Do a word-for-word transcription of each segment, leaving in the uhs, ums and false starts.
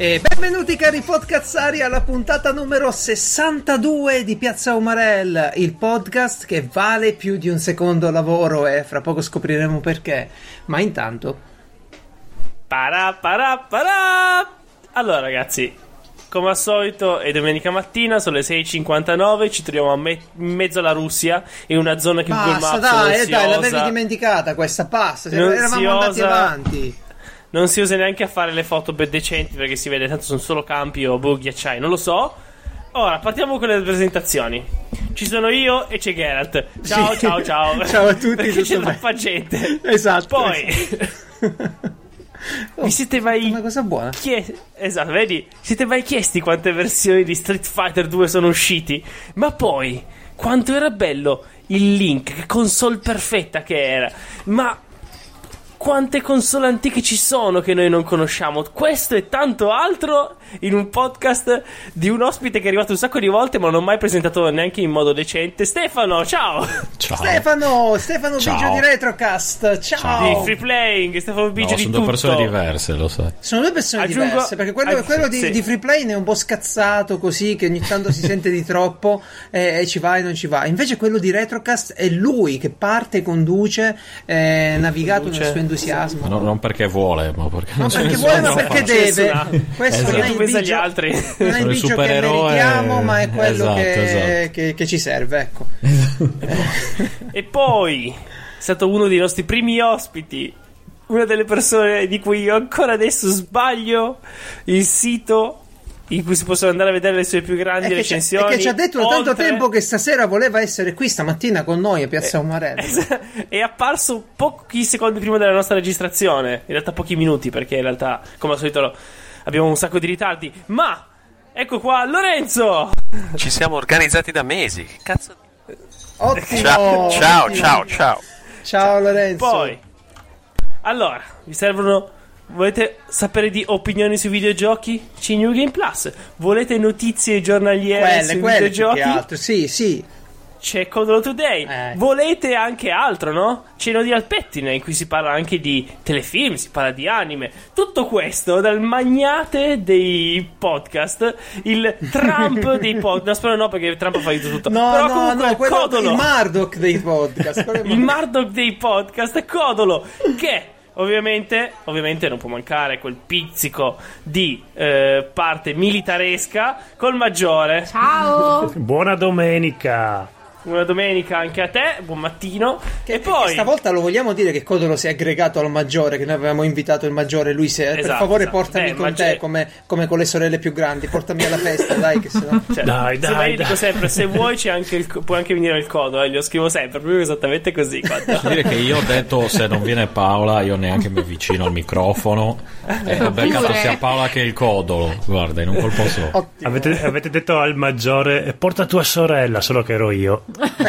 E benvenuti cari podcazzari alla puntata numero sessantadue di Piazza Umarell, il podcast che vale più di un secondo lavoro e fra poco scopriremo perché. Ma intanto para para para. Allora ragazzi, come al solito è domenica mattina, sono le sei e cinquantanove, ci troviamo a me- in mezzo alla Russia, in una zona che Google basta, Maps dai, non eh, si dai, osa. l'avevi dimenticata questa, basta, Non eravamo si andati osa. avanti. Non si usa neanche a fare le foto ben decenti perché si vede tanto sono solo campi o boh, ghiacciai, non lo so. Ora partiamo con le presentazioni. Ci sono io e c'è Geralt. Ciao, Sì. ciao, ciao. Ciao a tutti, Perché tutto c'è bene. troppa gente. Esatto. Poi Oh, vi siete mai una cosa buona. chie- Esatto, vedi? Siete mai chiesti quante versioni di Street Fighter due sono usciti? Ma poi quanto era bello il Link, che console perfetta che era. Ma quante console antiche ci sono che noi non conosciamo? Questo e tanto altro in un podcast di un ospite che è arrivato un sacco di volte ma non ho mai presentato neanche in modo decente. Stefano, ciao! Ciao. Stefano, Stefano Ciao. Bigio di Retrocast, ciao! Ciao. Di Free Playing, Stefano Bigio No, di sono tutto. due persone diverse, lo sai. Sono due persone Aggiungo- diverse, perché quello, aggi- quello di, sì. di Free Play è un po' scazzato così, che ogni tanto si sente di troppo e, e ci va e non ci va. Invece quello di Retrocast è lui che parte, conduce, eh, navigato Conduce. nel suo entusiasmo. No, non perché vuole, ma perché Non non perché ce ne vuole, ma sono. perché C'è deve. nessun- Questo Esatto. non è Tu il pensa agli bigio, altri. non è il Sono il bigio che supereroe. meritiamo, ma è quello Esatto, che, esatto. che- che ci serve, ecco. E poi è stato uno dei nostri primi ospiti, una delle persone di cui io ancora adesso sbaglio il sito in cui si possono andare a vedere le sue più grandi E che, ci, recensioni. e che ci ha detto da tanto oltre- tempo che stasera voleva essere qui stamattina con noi a Piazza Umarell. È apparso pochi secondi prima della nostra registrazione, in realtà pochi minuti, perché in realtà come al solito abbiamo un sacco di ritardi. Ma ecco qua Lorenzo. Ci siamo organizzati da mesi. Che cazzo? Ottimo, Ciao, ciao, ottimo. ciao, ciao. Ciao Lorenzo. Poi, allora, vi servono. Volete sapere di opinioni sui videogiochi? C'è New Game Plus. Volete notizie giornaliere quelle, sui quelle più videogiochi? che altro. Sì, sì. C'è Codolo Today. Eh. Volete anche altro, no? C'è No di al Pettine, in cui si parla anche di telefilm, si parla di anime. Tutto questo dal magnate dei podcast, il Trump dei podcast. No, spero no, perché Trump ha fatto tutto. No, Però no, comunque no, quello, Codolo, il Murdoch dei podcast. quello è il Murdoch dei podcast, Codolo, che ovviamente, ovviamente non può mancare quel pizzico di eh, parte militaresca col maggiore. Ciao! Buona domenica! Una domenica anche a te, buon mattino. Che, e poi che stavolta lo vogliamo dire che Codolo si è aggregato al maggiore, che noi avevamo invitato il maggiore, lui si è, per Esatto, favore esatto. portami Beh, con maggiore- te come, come con le sorelle più grandi, portami alla festa, dai, che sennò... Cioè, Dai, se dai, vai, io dai. dico sempre, se vuoi c'è anche il, puoi anche venire il codo, eh, glielo scrivo sempre, proprio esattamente così. Quando... Posso dire che io ho detto se non viene Paola io neanche mi avvicino al microfono e ho beccato Pure. sia Paola che il codolo, guarda, in un colpo solo. Ottimo. Avete, avete detto al maggiore "E porta tua sorella", solo che ero io.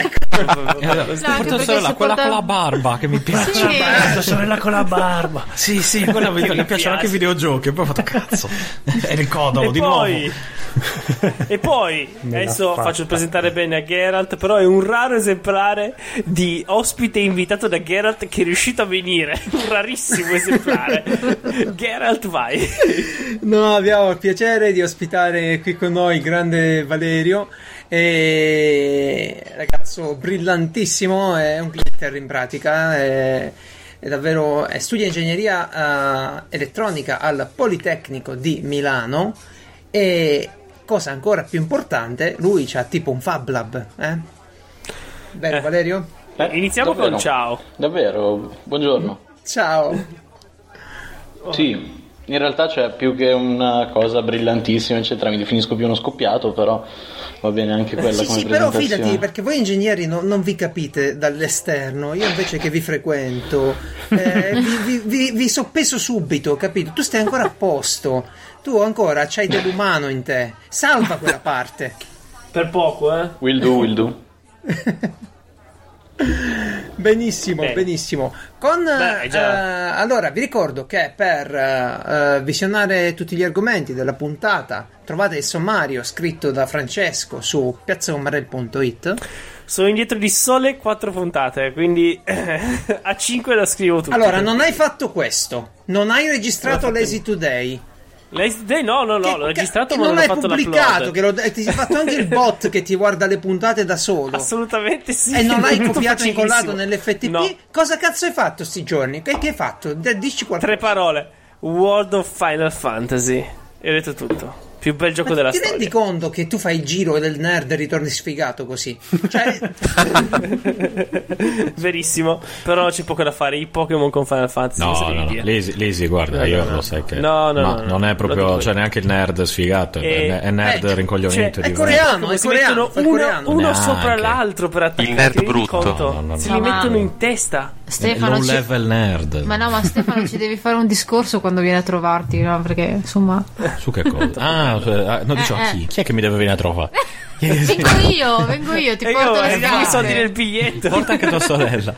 Porta anche perché sorella, si quella porta- con la barba che mi piace. Sì. Ah, tua sorella con la barba. Sì, sì, quella mi, mi le piacciono anche i piace. videogiochi. E poi ho fatto cazzo. È il codolo E di poi, e poi Me l'ha adesso fatta. faccio presentare bene a Geralt, però è un raro esemplare di ospite invitato da Geralt che è riuscito a venire, un rarissimo esemplare. Geralt, vai. No, abbiamo il piacere di ospitare qui con noi il grande Valerio, e ragazzo brillantissimo, è un glitter in pratica, è, è davvero, è, studia ingegneria eh, elettronica al Politecnico di Milano e, cosa ancora più importante, lui c'ha tipo un Fab Lab, eh? Vero Eh. Valerio? Eh, Iniziamo davvero? con ciao. Davvero, buongiorno. Ciao. Sì, in realtà c'è più che una cosa brillantissima, eccetera, mi definisco più uno scoppiato, però va bene anche quella Sì, come sì, però presentazione. fidati, perché voi ingegneri no- non vi capite dall'esterno, io invece che vi frequento, eh, vi, vi, vi, vi soppeso subito, capito? Tu stai ancora a posto, tu ancora c'hai dell'umano in te, salva quella parte. Per poco, eh. Will do, will do. Benissimo, Bene. benissimo. Con, Beh, già. eh, allora, vi ricordo che per eh, eh, visionare tutti gli argomenti della puntata trovate il sommario scritto da Francesco su piazzaumarell punto it. Sono indietro di sole quattro puntate, quindi eh, a cinque la scrivo tutta. Allora, non hai fatto questo, non hai registrato Non ho fatto l'Easy Today, L'hai, dai, no, no, no, Che- l'ho registrato che ma non, non ho l'hai fatto pubblicato, l'upload. che lo, ti sei fatto anche il bot che ti guarda le puntate da solo. Assolutamente sì. E non l'hai Tutto copiato e facilissimo. incollato nell'F T P? No. Cosa cazzo hai fatto sti giorni? Che, che hai fatto? D- dici qualcosa. Tre parole. World of Final Fantasy. E ho detto tutto. Più bel gioco Ma della ti storia. rendi conto che tu fai il giro del nerd e ritorni sfigato così? Cioè, Verissimo. Però c'è poco da fare. I Pokémon con Final Fantasy. No, cosa no, devi no, dire? Lisi, Lisi, guarda, No, io no, no. lo sai che No, no, ma no, no. non è Lo proprio, dico cioè io. neanche il nerd sfigato, E- è, è nerd eh, rincoglionito cioè, di è coreano, Come è si coreano, mettono fa il uno, coreano. uno Neanche. sopra l'altro per attaccare. Il nerd ti rendi brutto. conto? No, no, Si no. li Ma- mettono in testa. Stefano, low ci- level nerd. ma no, ma Stefano ci devi fare un discorso quando viene a trovarti, no? Perché insomma, Su che cosa? Ah, cioè, ah, no, dicevo Eh, a eh. chi? Chi è che mi deve venire a trovare? vengo io, vengo io, ti E porto io le eh, dammi i soldi nel scarpe. biglietto. Porta anche tua sorella.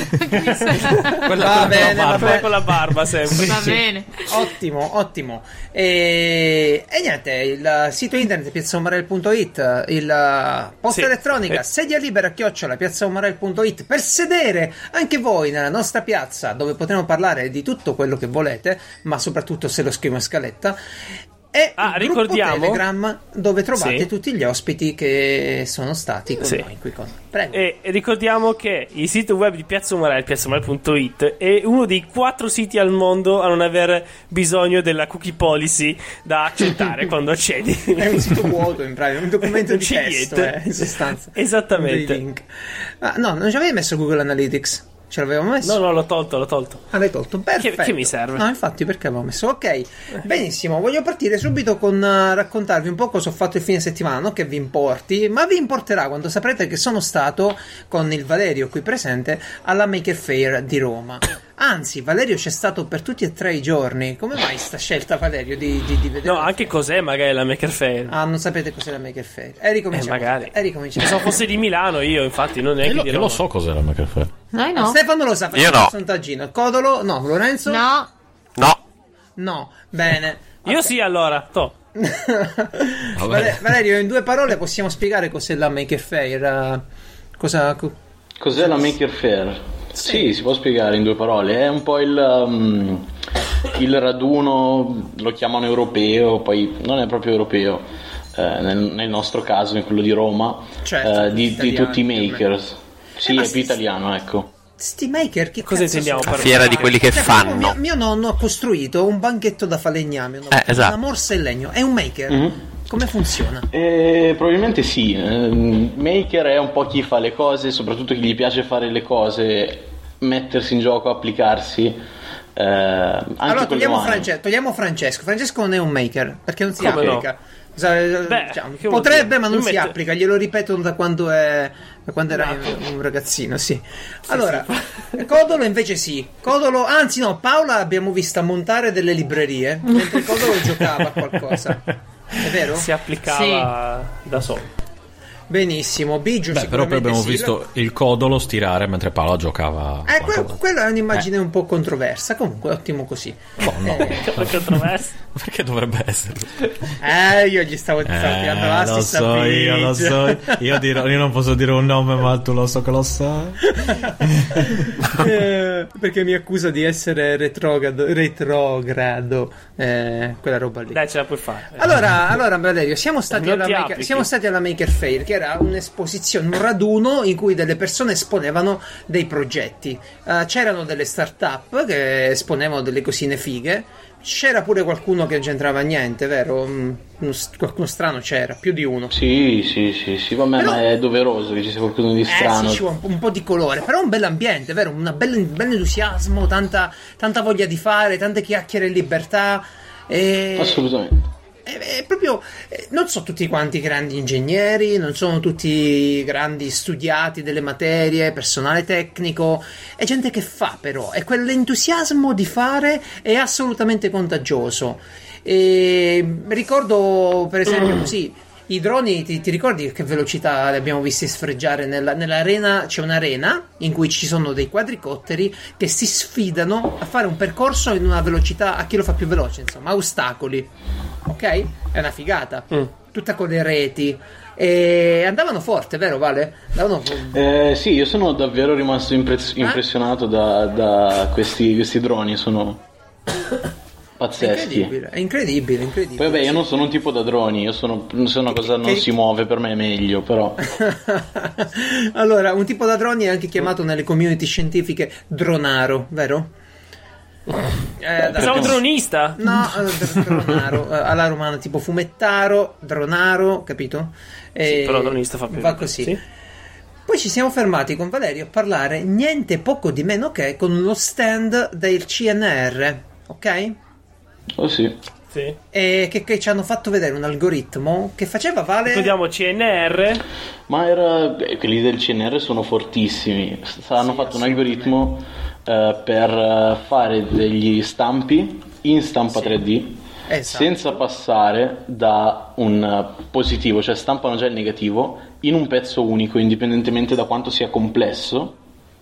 Quella Va con la bene, barba. va Quella con la barba sempre. Va bene. ottimo, ottimo. E, e niente, il sito internet piazzaomarel punto it, il posta Sì. elettronica Eh. sedia libera chiocciola piazzaomarel punto it per sedere anche voi nella nostra piazza dove potremo parlare di tutto quello che volete, ma soprattutto se lo scrivo in scaletta. E Ah, il gruppo ricordiamo- Telegram dove trovate Sì. tutti gli ospiti che sono stati con Sì. noi qui con... Prego. E ricordiamo che il sito web di Piazza Umarell, piazzaomarel punto it, è uno dei quattro siti al mondo a non avere bisogno della cookie policy da accettare quando accedi. È un sito vuoto in pratica, un documento Non di c'è testo, niente. eh, in sostanza. Esattamente. Dei link. Ah, no, non ci avevi messo Google Analytics? Ce l'avevamo messo? No, no, l'ho tolto, l'ho tolto. Ah, l'hai tolto, perfetto. che mi serve? No, infatti, perché avevo messo? Ok, benissimo. Voglio partire subito con uh, raccontarvi un po' cosa ho fatto il fine settimana. Non che vi importi, ma vi importerà quando saprete che sono stato con il Valerio qui presente alla Maker Faire di Roma. Anzi, Valerio c'è stato per tutti e tre i giorni. Come mai sta scelta, Valerio, di, di, di vedere? No, anche cos'è magari la Maker Faire. Ah, non sapete cos'è la Maker Faire? E ricominciamo. Eh, magari. E ricominciamo. Se fosse di Milano io, infatti, non è Io che lo, di io Roma. lo so cos'era il Maker Noi Ah, no. Stefano lo sa, Io facciamo no. un sondaggino. Codolo? No. Lorenzo? No. No, No. Bene. Io sì, allora. To. Vale- Valerio, in due parole possiamo spiegare cos'è la Maker Faire? eh, Cosa... co- Cos'è la Maker Faire? Sì, si può spiegare in due parole. È un po' il, um, il raduno, lo chiamano europeo, poi non è proprio europeo, eh, nel, nel nostro caso, in quello di Roma, Certo, eh, di, di italiani, tutti i più o meno. makers. Sì, Eh, ma è sì, più sì. italiano, ecco. Sti maker, che Cosa cazzo intendiamo sono? per fiera di quelli che Cioè, fanno. Mio, mio nonno ha costruito un banchetto da falegname, una, Eh, esatto. una morsa in legno. È un maker. Mhm. Come funziona? Eh, probabilmente sì. Eh, maker è un po' chi fa le cose, soprattutto chi gli piace fare le cose, mettersi in gioco, applicarsi. Eh, anche Allora, con le togliamo, mani. France- togliamo Francesco. Francesco non è un maker perché non si Come no? applica. Cosa- Beh, diciamo, che vuol potrebbe, dire? ma non Io si metto- applica. Glielo ripetono da quando, è, da quando era No. un ragazzino. Sì. Allora, Codolo invece sì. Codolo, anzi, no, Paola abbiamo vista montare delle librerie mentre Codolo giocava a qualcosa. È vero? Si applicava da solo. Benissimo. Bigio, Beh, però poi sicuramente abbiamo sì. visto il Codolo stirare mentre Paola giocava. Eh, que- qualcosa. quella è un'immagine un po' controversa. Comunque, ottimo così. No, no. Controverso. Perché dovrebbe esserlo? Eh, io gli stavo, stavo tirando la Eh, lo stessa so, io lo pizza. so. Io, dirò, io non posso dire un nome, ma tu lo so che lo sai. Eh, perché mi accusa di essere retrogrado, retrogrado eh, quella roba lì. Dai, ce la puoi fare. Allora, allora Valerio, siamo stati, Non alla ti Maker, applichi. siamo stati alla Maker Faire, che era un'esposizione, un raduno in cui delle persone esponevano dei progetti. Eh, c'erano delle start-up che esponevano delle cosine fighe. C'era pure qualcuno che non c'entrava niente, vero? Mm, uno st- qualcuno strano c'era, più di uno. Sì, sì, sì, sì, vabbè, Però- ma è doveroso che ci sia qualcuno di Eh strano. sì, ci vuole un, un po' di colore, però un bell'ambiente, vero? Un bel, bel entusiasmo, tanta, tanta voglia di fare, tante chiacchiere in libertà. E... Assolutamente. È, è proprio, eh, non sono tutti quanti grandi ingegneri, non sono tutti grandi studiati delle materie, personale tecnico, è gente che fa però, e quell'entusiasmo di fare è assolutamente contagioso. E ricordo per esempio così, i droni, ti, ti ricordi che velocità li abbiamo visti sfreggiare nella, nell'arena? C'è un'arena in cui ci sono dei quadricotteri che si sfidano a fare un percorso in una velocità a chi lo fa più veloce, insomma, a ostacoli. Ok? È una figata. Mm. Tutta con le reti. E andavano forte, vero Vale? Andavano Eh, sì, io sono davvero rimasto impre- impressionato da, da questi, questi droni. Sono pazzeschi. È incredibile, è incredibile, incredibile. Poi vabbè, io non sono un tipo da droni, io sono se una cosa non che... si muove per me è meglio, però. Allora, un tipo da droni è anche chiamato nelle community scientifiche dronaro, vero? Eh, Pensavo dronista. No, dronaro, alla romana, tipo fumettaro, dronaro, capito? E sì, però dronista fa più. Va così. Sì? Poi ci siamo fermati con Valerio a parlare niente poco di meno che con lo stand del C N R, ok? Oh sì. Sì. E che, che ci hanno fatto vedere un algoritmo che faceva vale. Ricordiamo C N R. Ma era. Beh, quelli del C N R sono fortissimi. Hanno sì, fatto un algoritmo uh, per fare degli stampi in stampa sì. tre D. Esatto. Senza passare da un positivo, cioè stampano già il negativo in un pezzo unico, indipendentemente da quanto sia complesso.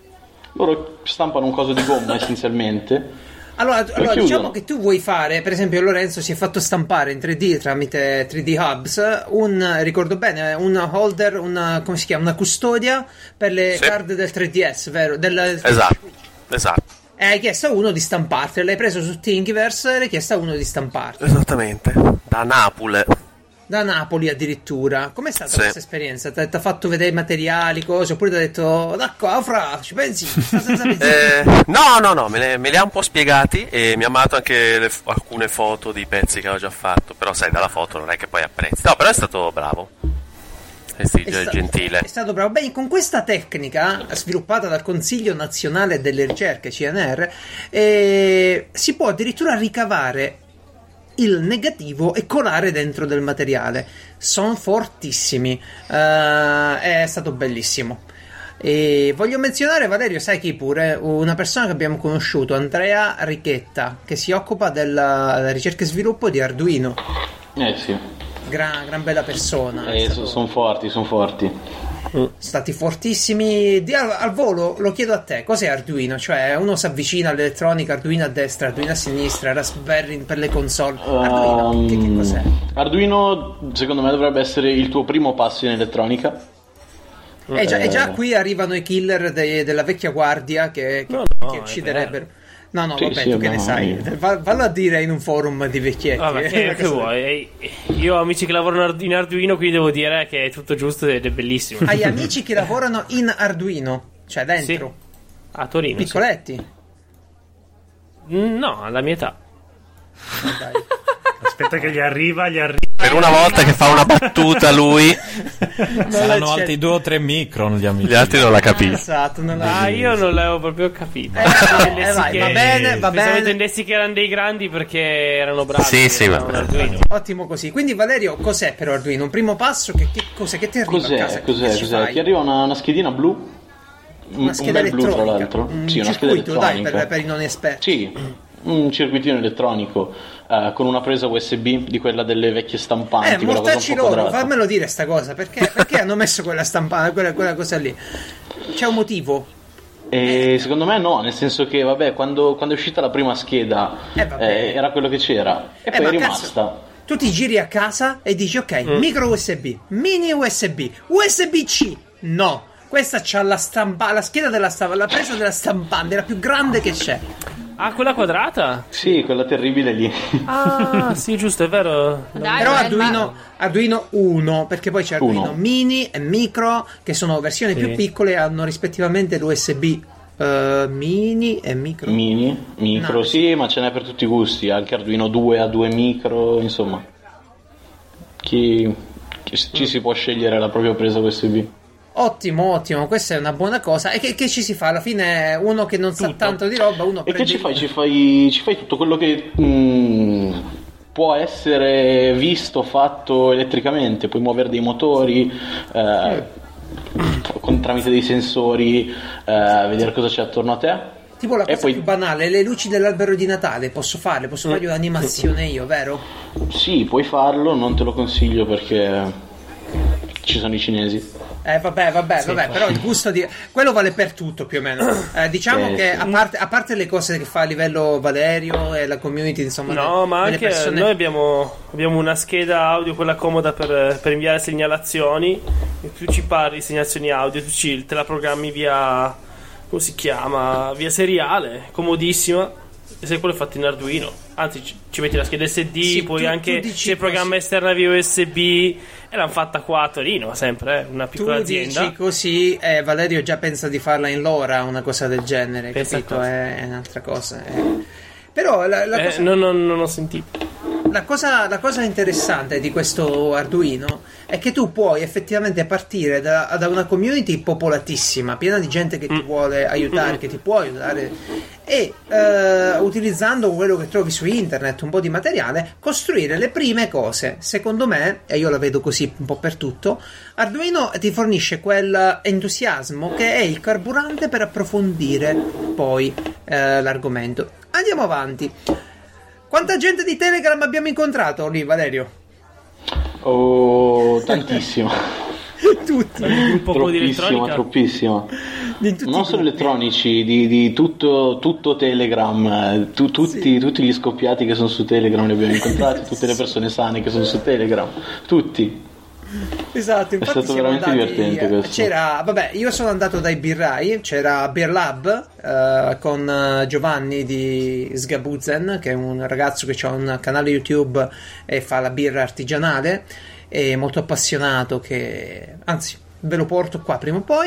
Loro stampano un coso di gomma essenzialmente. Allora, allora diciamo che tu vuoi fare, per esempio Lorenzo si è fatto stampare in tre D tramite tre D Hubs un, ricordo bene, un holder, una, come si chiama, una custodia per le sì. card del tre D S, vero? Del, esatto, esatto. E hai chiesto a uno di stamparti, l'hai preso su Thingiverse e hai chiesto a uno di stamparti. Esattamente, da Napoli. Da Napoli addirittura. Com'è stata sì. questa esperienza? Ti ha fatto vedere i materiali, cose, oppure ti ha detto d'accordo, fra, ci pensi? eh, no, no, no, me, le, me li ha un po' spiegati e mi ha mandato anche le, alcune foto di pezzi che ho già fatto, però sai, dalla foto non è che poi apprezzi. No, però è stato bravo. È, sì, è gentile. È stato bravo. Beh, con questa tecnica sviluppata dal Consiglio Nazionale delle Ricerche C N R eh, si può addirittura ricavare il negativo e colare dentro del materiale. Sono fortissimi. Uh, è stato bellissimo. E voglio menzionare, Valerio, sai chi pure? Una persona che abbiamo conosciuto, Andrea Richetta, che si occupa della, della ricerca e sviluppo di Arduino. Eh sì. Gran, gran bella persona. Eh, stato... sono forti, sono forti. Stati fortissimi. Di al, al volo lo chiedo a te, cos'è Arduino? Cioè uno si avvicina all'elettronica, Arduino a destra, Arduino a sinistra, Raspberry per le console. Arduino, um, che, che cos'è? Arduino secondo me dovrebbe essere il tuo primo passo in elettronica. E già, eh. già qui arrivano i killer de, della vecchia guardia che, che, no, no, che ucciderebbero. No, no, sì, vabbè, sì, tu che ne no, sai. Va, vallo a dire in un forum di vecchietti. Vabbè, che, che vuoi? Io ho amici che lavorano in Arduino, quindi devo dire che è tutto giusto ed è bellissimo. Hai amici che lavorano in Arduino? Cioè dentro? Sì. A Torino. Piccoletti? Sì. No, alla mia età. Oh, dai. Aspetta che gli arriva, gli arriva. Per una volta che fa una battuta lui, saranno alti due o tre micron gli amici. Gli altri non l'ha capito. Esatto, non l'ha... Ah, io non l'avevo proprio capito. Eh, eh, vai, che... va bene, va Pensavo bene. intendessi che erano dei grandi perché erano bravi. Sì, sì, va bene. Ottimo così. Quindi Valerio, cos'è per Arduino? Un primo passo, che, che cos'è? Che ti arriva Cos'è? a casa? Cos'è? Che Cos'è? Ti arriva una, una schedina blu. Una un scheda bel blu, tra elettronica. l'altro. Un Sì, una scheda circuito, dai, elettronica. per, per i non esperti. Sì. Un circuitino elettronico uh, con una presa U S B di quella delle vecchie stampanti. Eh, quella cosa mortacci un po' loro, quadrata. fammelo dire sta cosa. Perché, perché hanno messo quella stampata, quella, quella cosa lì? C'è un motivo? E secondo me no, nel senso che vabbè, quando, quando è uscita la prima scheda Eh, vabbè. eh, era quello che c'era e Eh, poi ma è rimasta. cazzo, tu ti giri a casa e dici ok, micro U S B, mini U S B, U S B C. No, questa c'ha la stampa, la scheda della stampa, la presa della stampante, la più grande che c'è. Ah, quella quadrata? Sì, quella terribile lì. Ah, sì, giusto, è vero. Dai, Però dai, Arduino, ma- Arduino uno, perché poi c'è Arduino Uno. mini e micro, che sono versioni Sì. più piccole e hanno rispettivamente l'U S B uh, mini e micro. Mini, micro, No, sì, ma ce n'è per tutti i gusti. Anche Arduino due a due micro, insomma. Chi, chi ci si può scegliere la propria presa U S B. Ottimo, ottimo, questa è una buona cosa. E che, che ci si fa? Alla fine uno che non sa tanto di roba, uno E prende... che ci fai? Ci fai, ci fai tutto quello che mm, può essere visto, fatto elettricamente. Puoi muovere dei motori eh, con, tramite dei sensori, eh, vedere cosa c'è attorno a te. Tipo la E cosa poi- più banale, le luci dell'albero di Natale, posso farle? Posso fargli un'animazione io, vero? Sì, puoi farlo, non te lo consiglio perché ci sono i cinesi. Eh vabbè, vabbè, vabbè, però il gusto di... quello vale per tutto più o meno. Eh, diciamo Sì, che sì. a parte, a parte le cose che fa a livello Valerio e la community, insomma... No, de- ma delle anche persone... noi abbiamo, abbiamo una scheda audio, quella comoda per, per inviare segnalazioni. E tu ci parli segnalazioni audio, tu ci, te la programmi via, come si chiama? Via seriale, comodissima. se quello è fatto in Arduino, anzi ci, ci metti la scheda S D, Sì, poi tu- anche tu dici c'è il programma così. esterna via U S B e l'hanno fatta qua a Torino, sempre eh, una Tu piccola azienda. dici così, eh, Valerio già pensa di farla in LoRa, una cosa del genere, Pensa capito? a cosa. È, è un'altra cosa. eh. Però la, la Eh, cosa... non, non- non ho sentito. La cosa, la cosa interessante di questo Arduino è che tu puoi effettivamente partire da, da una community popolatissima, piena di gente che ti vuole aiutare, che ti può aiutare, e eh, utilizzando quello che trovi su internet, un po' di materiale, costruire le prime cose. Secondo me, e io la vedo così un po' per tutto, Arduino ti fornisce quel entusiasmo che è il carburante per approfondire poi eh, l'argomento. Andiamo avanti. Quanta gente di Telegram abbiamo incontrato lì, Valerio? Oh, tantissimo. Tutti. Un po' di Troppissimo, elettronica. troppissimo. Di tutti Non i solo gruppi. elettronici, di, di tutto, tutto Telegram, eh, tu- tutti, tutti gli scoppiati che sono su Telegram li abbiamo incontrati, tutte le persone sane che sono su Telegram, tutti. Esatto, infatti stato siamo veramente andati, divertente questo. c'era, vabbè, io sono andato dai birrai, c'era Beer Lab eh, con eh, Giovanni di Sgabuzen, che è un ragazzo che ha un canale YouTube e fa la birra artigianale, è molto appassionato, che anzi ve lo porto qua prima o poi.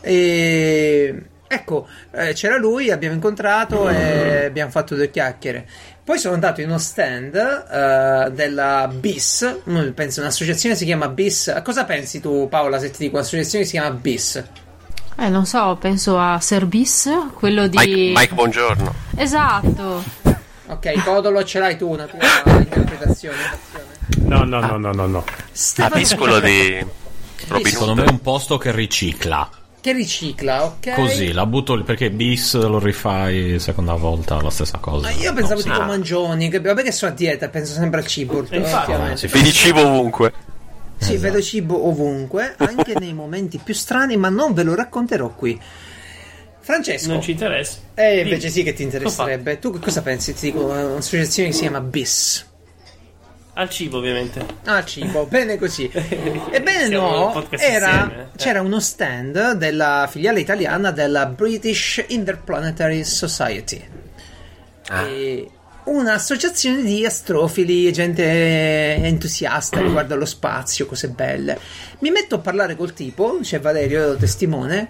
E ecco, eh, c'era lui, abbiamo incontrato e abbiamo fatto due chiacchiere. Poi sono andato in uno stand eh, della B I S, mm, penso un'associazione si chiama B I S. A cosa pensi tu, Paola, se ti dico un'associazione che si chiama B I S? Eh, non so, penso a Serbis, quello di... Mike, Mike buongiorno. Esatto. Ok, Codolo, ce l'hai tu una tua interpretazione? No, no, no, no, no, no. Stefano, Capiscolo di Robin Secondo me Hood. è un posto che ricicla. che ricicla, ok? Così, la butto lì, perché bis lo rifai seconda volta la stessa cosa. Ma io pensavo No, tipo Ah. Mangioni, che vabbè che sono a dieta, penso sempre al cibo. infatti. ultimamente. sì, Vedi cibo ovunque. Sì, Esatto. vedo cibo ovunque, anche nei momenti più strani, ma non ve lo racconterò qui. Francesco, Non ci interessa. eh, invece sì che ti Cosa interesserebbe. Tu che cosa pensi? Ti dico un'associazione che si chiama B I S. Al cibo, ovviamente. Ah, cibo, bene così. Ebbene Siamo un no, podcast era, insieme, eh. c'era uno stand della filiale italiana della British Interplanetary Society. E un'associazione di astrofili, gente entusiasta riguardo allo spazio, cose belle. Mi metto a parlare col tipo, c'è Valerio, testimone,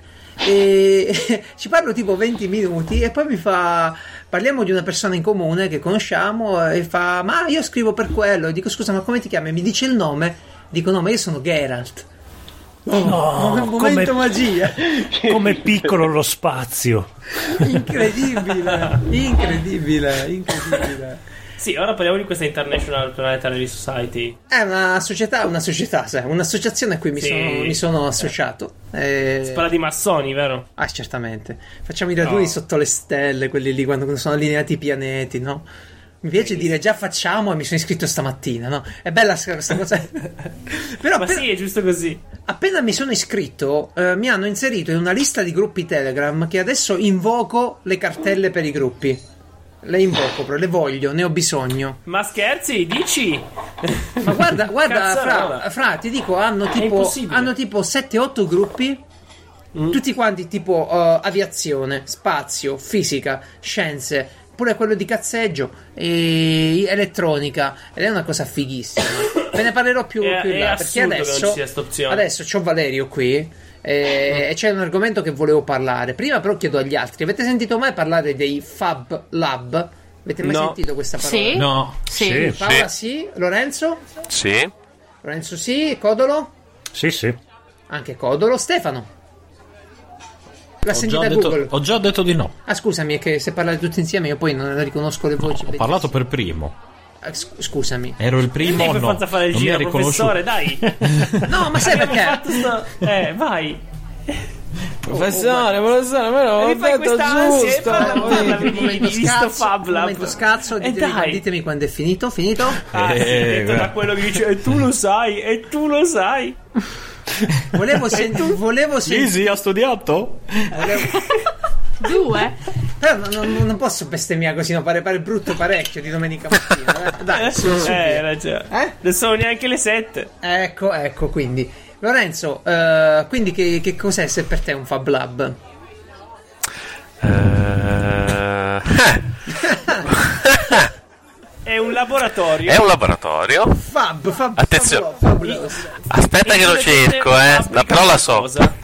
e ci parlo tipo venti minuti e poi mi fa, parliamo di una persona in comune che conosciamo, e fa, ma io scrivo per quello. E dico, scusa, ma come ti chiami? Mi dice il nome, dico no, ma io sono Geralt. Oh, No, momento come- magia. Com'è piccolo lo spazio. Incredibile, incredibile, incredibile. Sì, ora parliamo di questa International Planetary Society. È una società, una società, sai, un'associazione a cui mi, Sì. sono, mi sono associato. Eh, Si parla di massoni, vero? Ah, certamente. Facciamo i raduni No. sotto le stelle, quelli lì quando sono allineati i pianeti, no? Mi piace dire già facciamo e mi sono iscritto stamattina, no? È bella questa cosa. Però Ma appena, sì, è giusto così. appena mi sono iscritto, eh, mi hanno inserito in una lista di gruppi Telegram che adesso invoco le cartelle per i gruppi. Le invoco, però le voglio, ne ho bisogno. Ma scherzi, dici? Ma guarda, guarda, Cazzarola. fra, fra, ti dico, hanno È tipo, impossibile. hanno tipo sette otto gruppi, tutti quanti tipo uh, aviazione, spazio, fisica, scienze, pure quello di cazzeggio, e elettronica, ed è una cosa fighissima. Ve ne parlerò più, È- più in è là, perché assurdo che non adesso, ci sia sta opzione. adesso c'ho Valerio qui. E e c'è un argomento che volevo parlare. Prima però chiedo agli altri: avete sentito mai parlare dei Fab Lab? Avete mai No. sentito questa parola? Sì? No, Sì. Sì. Paola sì, Lorenzo? Sì. Lorenzo sì, Codolo? Sì, sì. Anche Codolo. Stefano? L'ha ho già, sentita detto, Google? ho già detto di no. Ah, scusami, è che se parlate tutti insieme io poi non riconosco le voci. Ho parlato per primo. Ah, sc- scusami. Ero il primo, Devi per no. forza fare il non mi ha giro, professore, riconosciuto. dai. No, ma sai Abbiamo perché? fatto sto... Eh, vai. Professore, professore, me l'ho E mi fai detto questa ansia e giusto. parla- parlami Un di, momento di, di sto scazzo, Fab un Lab. momento scazzo, E ditemi, dai. ditemi quando è finito. Finito? Ah, sì, Eh, detto guarda. da quello che dice e tu lo sai, e tu lo sai. Volevo, sen- volevo sentire. Lisi ha studiato? Due? Però non, non- non posso bestemmiare così, no, pare, pare brutto parecchio di domenica mattina. Dai, dai, su, su, eh, hai via. ragione. Eh? Non sono neanche le sette. Ecco, ecco, quindi. Lorenzo, eh, quindi che, che cos'è se per te un Fab Lab? Eh, laboratorio. È un laboratorio. Fab, fab, Attenzione. fabuloso. Aspetta che lo cerco, eh. La, però la so.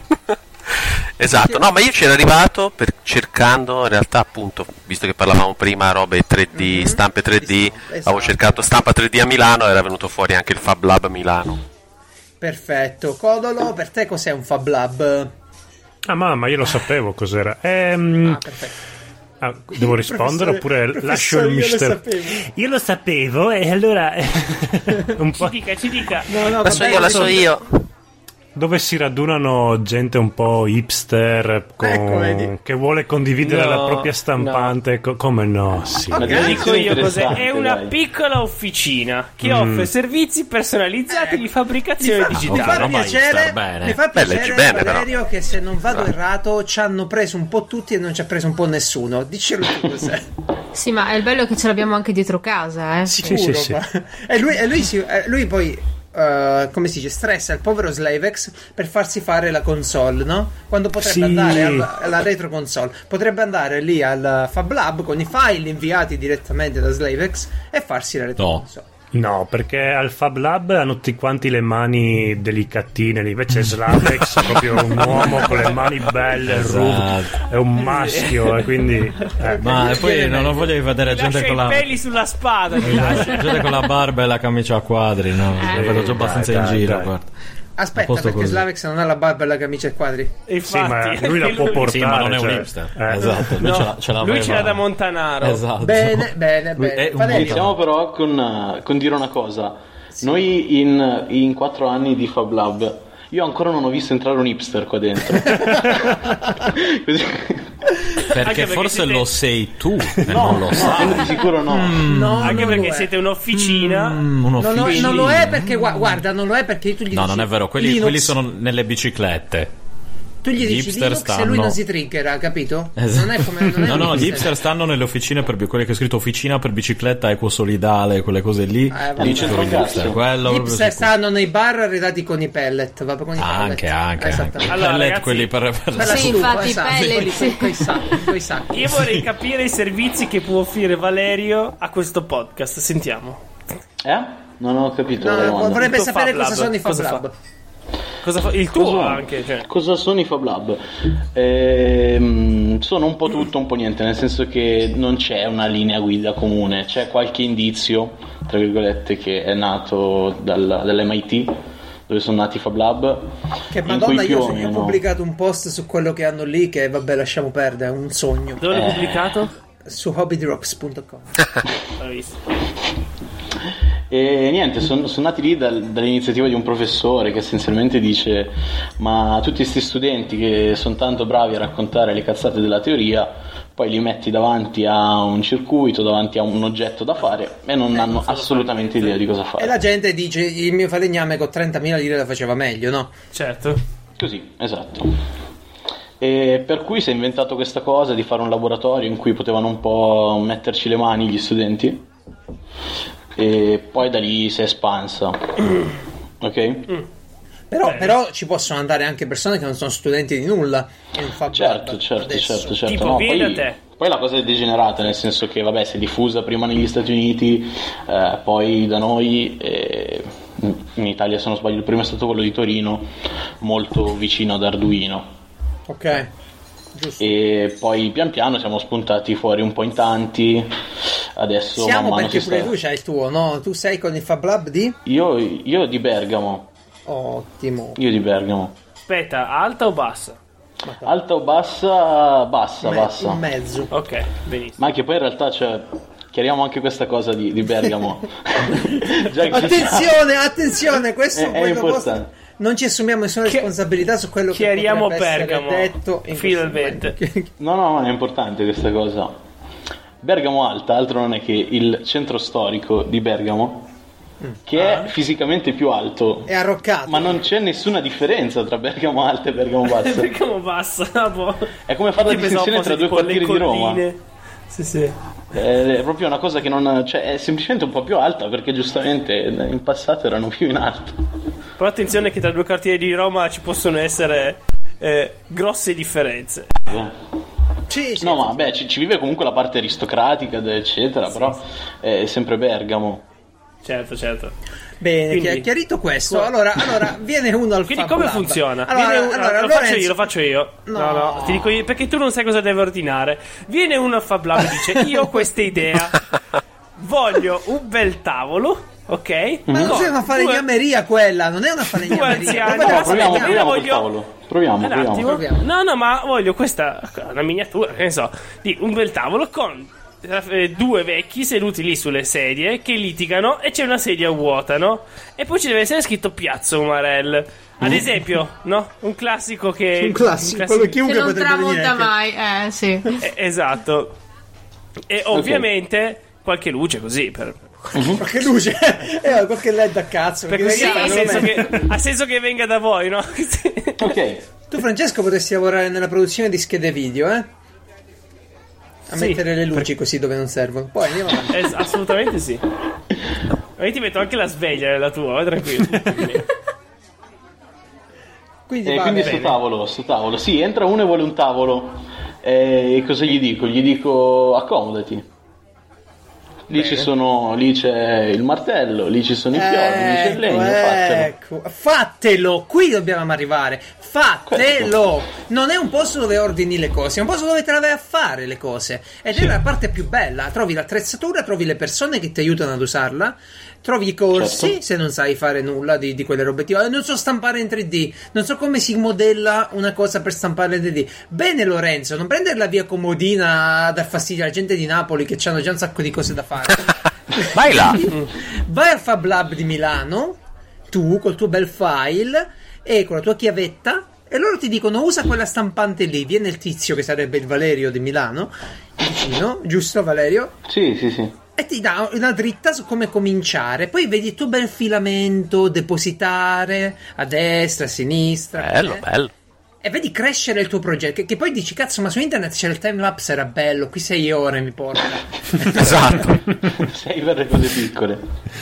Esatto, no, ma io c'ero arrivato per, cercando in realtà, appunto, visto che parlavamo prima robe tre D, mm-hmm. stampe tre D, esatto. Avevo cercato stampa tre D a Milano e era venuto fuori anche il Fab Lab Milano. Perfetto. Codolo, per te cos'è un Fab Lab? Ah, mamma, io lo sapevo cos'era. Ehm... Ah, perfetto. Ah, devo rispondere oppure lascio il mistero? Io lo sapevo e allora un po'... Ci dica, ci dica. No, no, la so io, la so io. Dove si radunano gente un po' hipster con... ecco, che vuole condividere no, la propria stampante. no. Co- come no? Sì. Okay. Lo dico io cos'è. È una dai. piccola officina che mm. offre servizi personalizzati eh. di fabbricazione mi fa, digitale. Mi fa piacere, bene. Mi fa piacere bene, Valerio, però. che se non vado errato ci hanno preso un po' tutti e non ci ha preso un po' nessuno. Dicelo tu cos'è. Sì, ma è il bello che ce l'abbiamo anche dietro casa, eh. Sicuro, sì, sì, ma... sì. E lui, e lui, si, e lui poi... Uh, come si dice, stressa il povero Slavex per farsi fare la console, no? Quando potrebbe sì. andare alla, alla retro console, potrebbe andare lì al Fab Lab con i file inviati direttamente da Slavex e farsi la retro no. console. No, perché al Fab Lab hanno tutti quanti le mani delicatine, invece Slavex è proprio un uomo con le mani belle, esatto. È un maschio e quindi eh. ma e poi non ho voglia di vedere gente con la... i peli sulla spada, gente con la barba e la camicia a quadri, no? Eh. Lo vedo già abbastanza dai, in dai, giro, dai. guarda. Aspetta, perché così. Slavex non ha la barba e la camicia ai quadri. E infatti, sì, ma lui la può portare, sì, ma non è cioè, un hipster. Eh. Esatto, lui, no, ce, l'ha, ce l'aveva. lui ce l'ha da Montanaro. Esatto. Bene, bene, bene. Iniziamo però con, con dire una cosa. Sì. Noi in, in quattro anni di Fab Lab io ancora non ho visto entrare un hipster qua dentro. Così. Perché, perché forse siete... lo sei tu e no, non lo no, sai. di sicuro no. Mm, no anche perché siete un'officina. Mm, un'officina. Non, lo, non lo è perché guarda, non lo è perché tu gli no, dici non è vero, quelli, quelli sono nelle biciclette. Tu gli Gli dici hipster Linux stanno... e lui non si triggera, capito? Esatto. Non è come non è no, no, gli hipster stanno nelle officine per quelle che ho scritto officina per bicicletta ecosolidale, quelle cose lì. Eh, lì c'è il hipster. Quello gli hipster stanno nei bar arredati con i pellet, va con i anche, pellet. anche, anche. I allora, pellet, ragazzi, quelli per, per sì, infatti i esatto, pellet, sì. coi sacchi, coi sacchi. Io vorrei capire i servizi che può offrire Valerio a questo podcast. Sentiamo. Eh? Non ho capito. No, vorrebbe Tutto sapere Fab cosa Lab. sono i Fab Cosa Lab. Cosa fa? Il tuo cosa, anche, cioè. Cosa sono i Fab Lab? Ehm, sono un po' tutto, un po' niente, nel senso che non c'è una linea guida comune, c'è qualche indizio, tra virgolette, che è nato dal, dall'M I T, dove sono nati i Fab Lab. Che madonna, io, io ho pubblicato un post su quello che hanno lì, che vabbè, lasciamo perdere, è un sogno. Dove l'hai eh. pubblicato? Su hobby drops punto com. L'ho visto. E niente, sono son nati lì dal, dall'iniziativa di un professore che essenzialmente dice: ma tutti questi studenti che sono tanto bravi a raccontare le cazzate della teoria, poi li metti davanti a un circuito, davanti a un oggetto da fare e non eh, hanno assolutamente idea di cosa fare. E la gente dice: il mio falegname con trentamila lire la faceva meglio, no? Certo. Così, esatto. E per cui si è inventato questa cosa di fare un laboratorio in cui potevano un po' metterci le mani gli studenti. E poi da lì si è espansa. Ok? Mm. Però, però ci possono andare anche persone che non sono studenti di nulla in Fab certo, Lab certo, adesso. certo, certo. Tipo, no, vieni poi, da te. Poi la cosa è degenerata, nel senso che vabbè, si è diffusa prima negli Stati Uniti, eh, poi da noi, eh, in Italia se non sbaglio il primo è stato quello di Torino, molto vicino ad Arduino. Ok. Giusto. E poi pian piano siamo spuntati fuori un po' in tanti. Adesso siamo man mano perché si pure sta... tu c'hai il tuo, no? Tu sei con il Fab Lab di? Io, io di Bergamo. Ottimo. Io di Bergamo. Aspetta, alta o bassa? Alta o bassa? Bassa, Me- bassa. In mezzo. Ok, benissimo. Ma che poi in realtà, cioè, chiariamo anche questa cosa di, di Bergamo. Già che attenzione, attenzione, questo è, è importante. Posto... Non ci assumiamo nessuna responsabilità su quello che chiariamo potrebbe essere Bergamo, detto in finalmente. No, no, ma è importante questa cosa. Bergamo Alta, altro non è che il centro storico di Bergamo, che ah. è fisicamente più alto. È arroccato. Ma non c'è nessuna differenza tra Bergamo Alta e Bergamo Bassa. Bergamo Bassa, boh. È come fare la distinzione tra due quartieri di Roma. Sì, sì. È proprio una cosa che non... Cioè, è semplicemente un po' più alta, perché giustamente in passato erano più in alto. Però attenzione che tra due quartieri di Roma ci possono essere eh, grosse differenze. Eh. Sì, sì, No, ma beh, ci, ci vive comunque la parte aristocratica, eccetera, però è sempre Bergamo. Certo, certo. Bene, Quindi- chi- chiarito questo, allora, allora viene uno al Quindi Fab come Lab. funziona? Allora, Viene un- allora, lo Lorenzo- faccio io, lo faccio io. No. No. no, ti dico io perché tu non sai cosa deve ordinare. Viene uno al Fab Lab e dice: io ho questa idea. Voglio un bel tavolo, ok? Ma non Con è una due- falegnameria quella, non è una Due falegnameria. anziani. Dove te la No, Proviamo, io falegna? proviamo col voglio- tavolo. Proviamo, Un proviamo. attimo. proviamo. No, no, ma voglio questa una miniatura, che ne so, di un bel tavolo con eh, due vecchi seduti lì sulle sedie che litigano e c'è una sedia vuota, no? E poi ci deve essere scritto Piazza Umarell. Ad esempio, no? Un classico che Un classico, quello che Che chiunque non potrebbe venire. tramonta anche- mai, eh, sì. Eh, esatto. E ovviamente qualche luce così per, Qualche luce, eh, qualche led a cazzo. perché perché così vedi, ha, fanno senso bene. che, ha senso che venga da voi, no? Ok. Tu, Francesco, potresti lavorare nella produzione di schede video, eh? A Sì, mettere le luci così dove non servono. Poi andiamo avanti. Es- assolutamente sì. Ma io ti metto anche la sveglia nella tua, vai tranquillo. Quindi, E va quindi bene. sto tavolo, sto tavolo. Sì, entra uno e vuole un tavolo. E cosa gli dico? Gli dico accomodati. Lì Bene. ci sono, lì c'è il martello, lì ci sono i fiori, lì c'è il legno, fatelo. ecco, fatelo, qui dobbiamo arrivare. Fatelo! Non è un posto dove ordini le cose, è un posto dove te la vai a fare le cose. Ed Sì. è la parte più bella. Trovi l'attrezzatura, trovi le persone che ti aiutano ad usarla, trovi i corsi, Certo. se non sai fare nulla di, di quelle robe. Tipo, "Eh, non so stampare in tre D, non so come si modella una cosa per stampare in tre D. Bene, Lorenzo, non prendere la via comodina a dar fastidio alla gente di Napoli che hanno già un sacco di cose da fare. Vai là. Vai al Fab Lab di Milano, tu col tuo bel file e con la tua chiavetta, e loro ti dicono usa quella stampante lì. Viene il tizio che sarebbe il Valerio di Milano, vicino, giusto Valerio? Sì, sì, sì. E ti dà una dritta su come cominciare. Poi vedi il tuo bel filamento, depositare a destra, a sinistra. Bello, eh. bello. E vedi crescere il tuo progetto. Che, che poi dici, cazzo, ma su internet c'era il timelapse, era bello. Qui sei ore mi porta. Esatto. Sei per le cose piccole.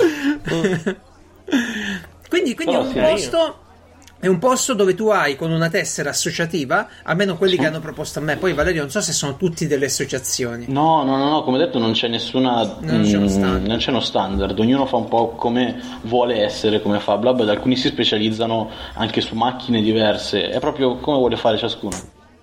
Quindi, quindi è Però un sì, posto. È un posto dove tu hai con una tessera associativa, almeno quelli che hanno proposto a me. Poi Valerio, non so se sono tutti delle associazioni. No, no, no, no, come detto non c'è nessuna Non c'è uno mm, standard. non c'è uno standard, ognuno fa un po' come vuole essere come Fab Lab, ed alcuni si specializzano anche su macchine diverse, è proprio come vuole fare ciascuno.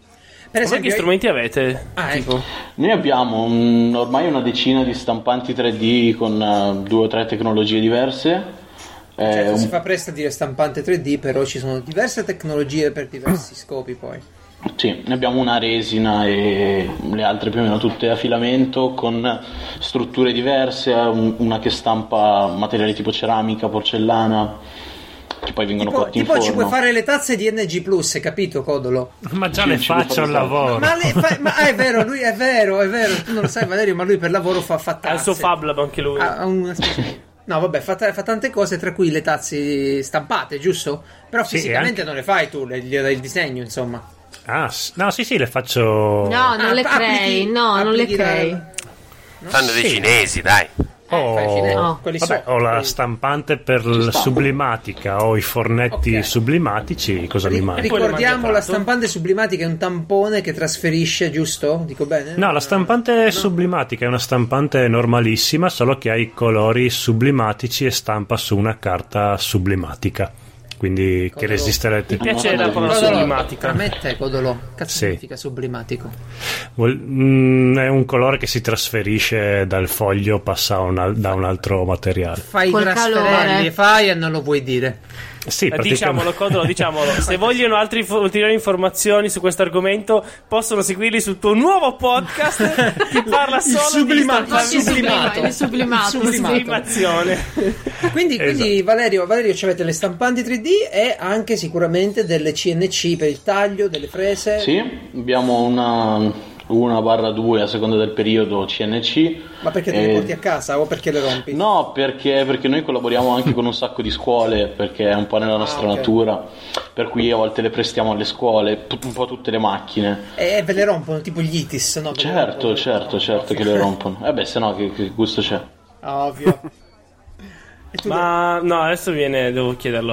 Per Ma esempio, che strumenti avete? Ah, Tipo? ecco. Noi abbiamo un- ormai una decina di stampanti tre D con eh, due o tre tecnologie diverse. Eh, certo, un- si fa presto a dire stampante tre D, però ci sono diverse tecnologie per diversi scopi poi. Sì, ne abbiamo una a resina e le altre più o meno tutte a filamento con strutture diverse, un- una che stampa materiali tipo ceramica, porcellana, che poi vengono Tipo, cotti in tipo ci puoi forno. fare le tazze di N G plus, hai capito, Codolo? Ma già Sì, le ci devo faccio al fare lavoro. Ma, le fa- ma ah, è vero, lui è vero, è vero, tu non lo sai Valerio, ma lui per lavoro fa, fa tazze. Ha il suo Fab Lab anche lui. Ha una specie- No, vabbè, fa, ta- fa tante cose, tra cui le tazze stampate, giusto? Però Sì, fisicamente anche- non le fai tu, le, gli dai il disegno, insomma. Ah, s- no, sì, sì, le faccio. No, non Ah, le applichi- crei, no, non le applichi la- crei. Fanno dei Sì. cinesi, dai. Ho, fai fine- no. quelli vabbè, so- ho la quelli- stampante per Ci la sta. sublimatica, ho i fornetti Ok. sublimatici, cosa mi Ri- manca? poi le ricordiamo mandi a la tratto? stampante sublimatica è un tampone che trasferisce, giusto? Dico bene? No, la stampante sublimatica è una stampante normalissima, solo che ha i colori sublimatici e stampa su una carta sublimatica. Quindi che Codolo. resisterete. Mi piace no, la no, parola no, no, sublimatica. Permette, Codolo. Cazzo Sì. significa sublimatico? Vuol- mm, è un colore che si trasferisce dal foglio, passa a un al- da un altro materiale. Fai i Col trasferelli, calore. fai e non lo vuoi dire. Sì, Eh, Diciamolo, Codolo, diciamolo. Se vogliono altre info- ulteriori informazioni su questo argomento, possono seguirli sul tuo nuovo podcast che parla solo sublimato, di Ma il che sublimato. il sublimato. Il sublimato. sublimazione. Quindi, Esatto. quindi Valerio, Valerio, ci avete le stampanti tre D e anche sicuramente delle C N C per il taglio, delle frese. Sì, abbiamo una una barra due a seconda del periodo C N C. Ma perché te le Eh, porti a casa o perché le rompi? No, perché, perché noi collaboriamo anche con un sacco di scuole, perché è un po' nella nostra ok. natura, per cui a volte le prestiamo alle scuole, tut- un po' tutte le macchine. E ve le rompono, tipo gli Itis, no? Ve le Certo, rompono. certo, certo che le rompono. Eh beh, se no che, che gusto c'è? Ovvio. E tu Ma no, adesso viene, devo chiederlo.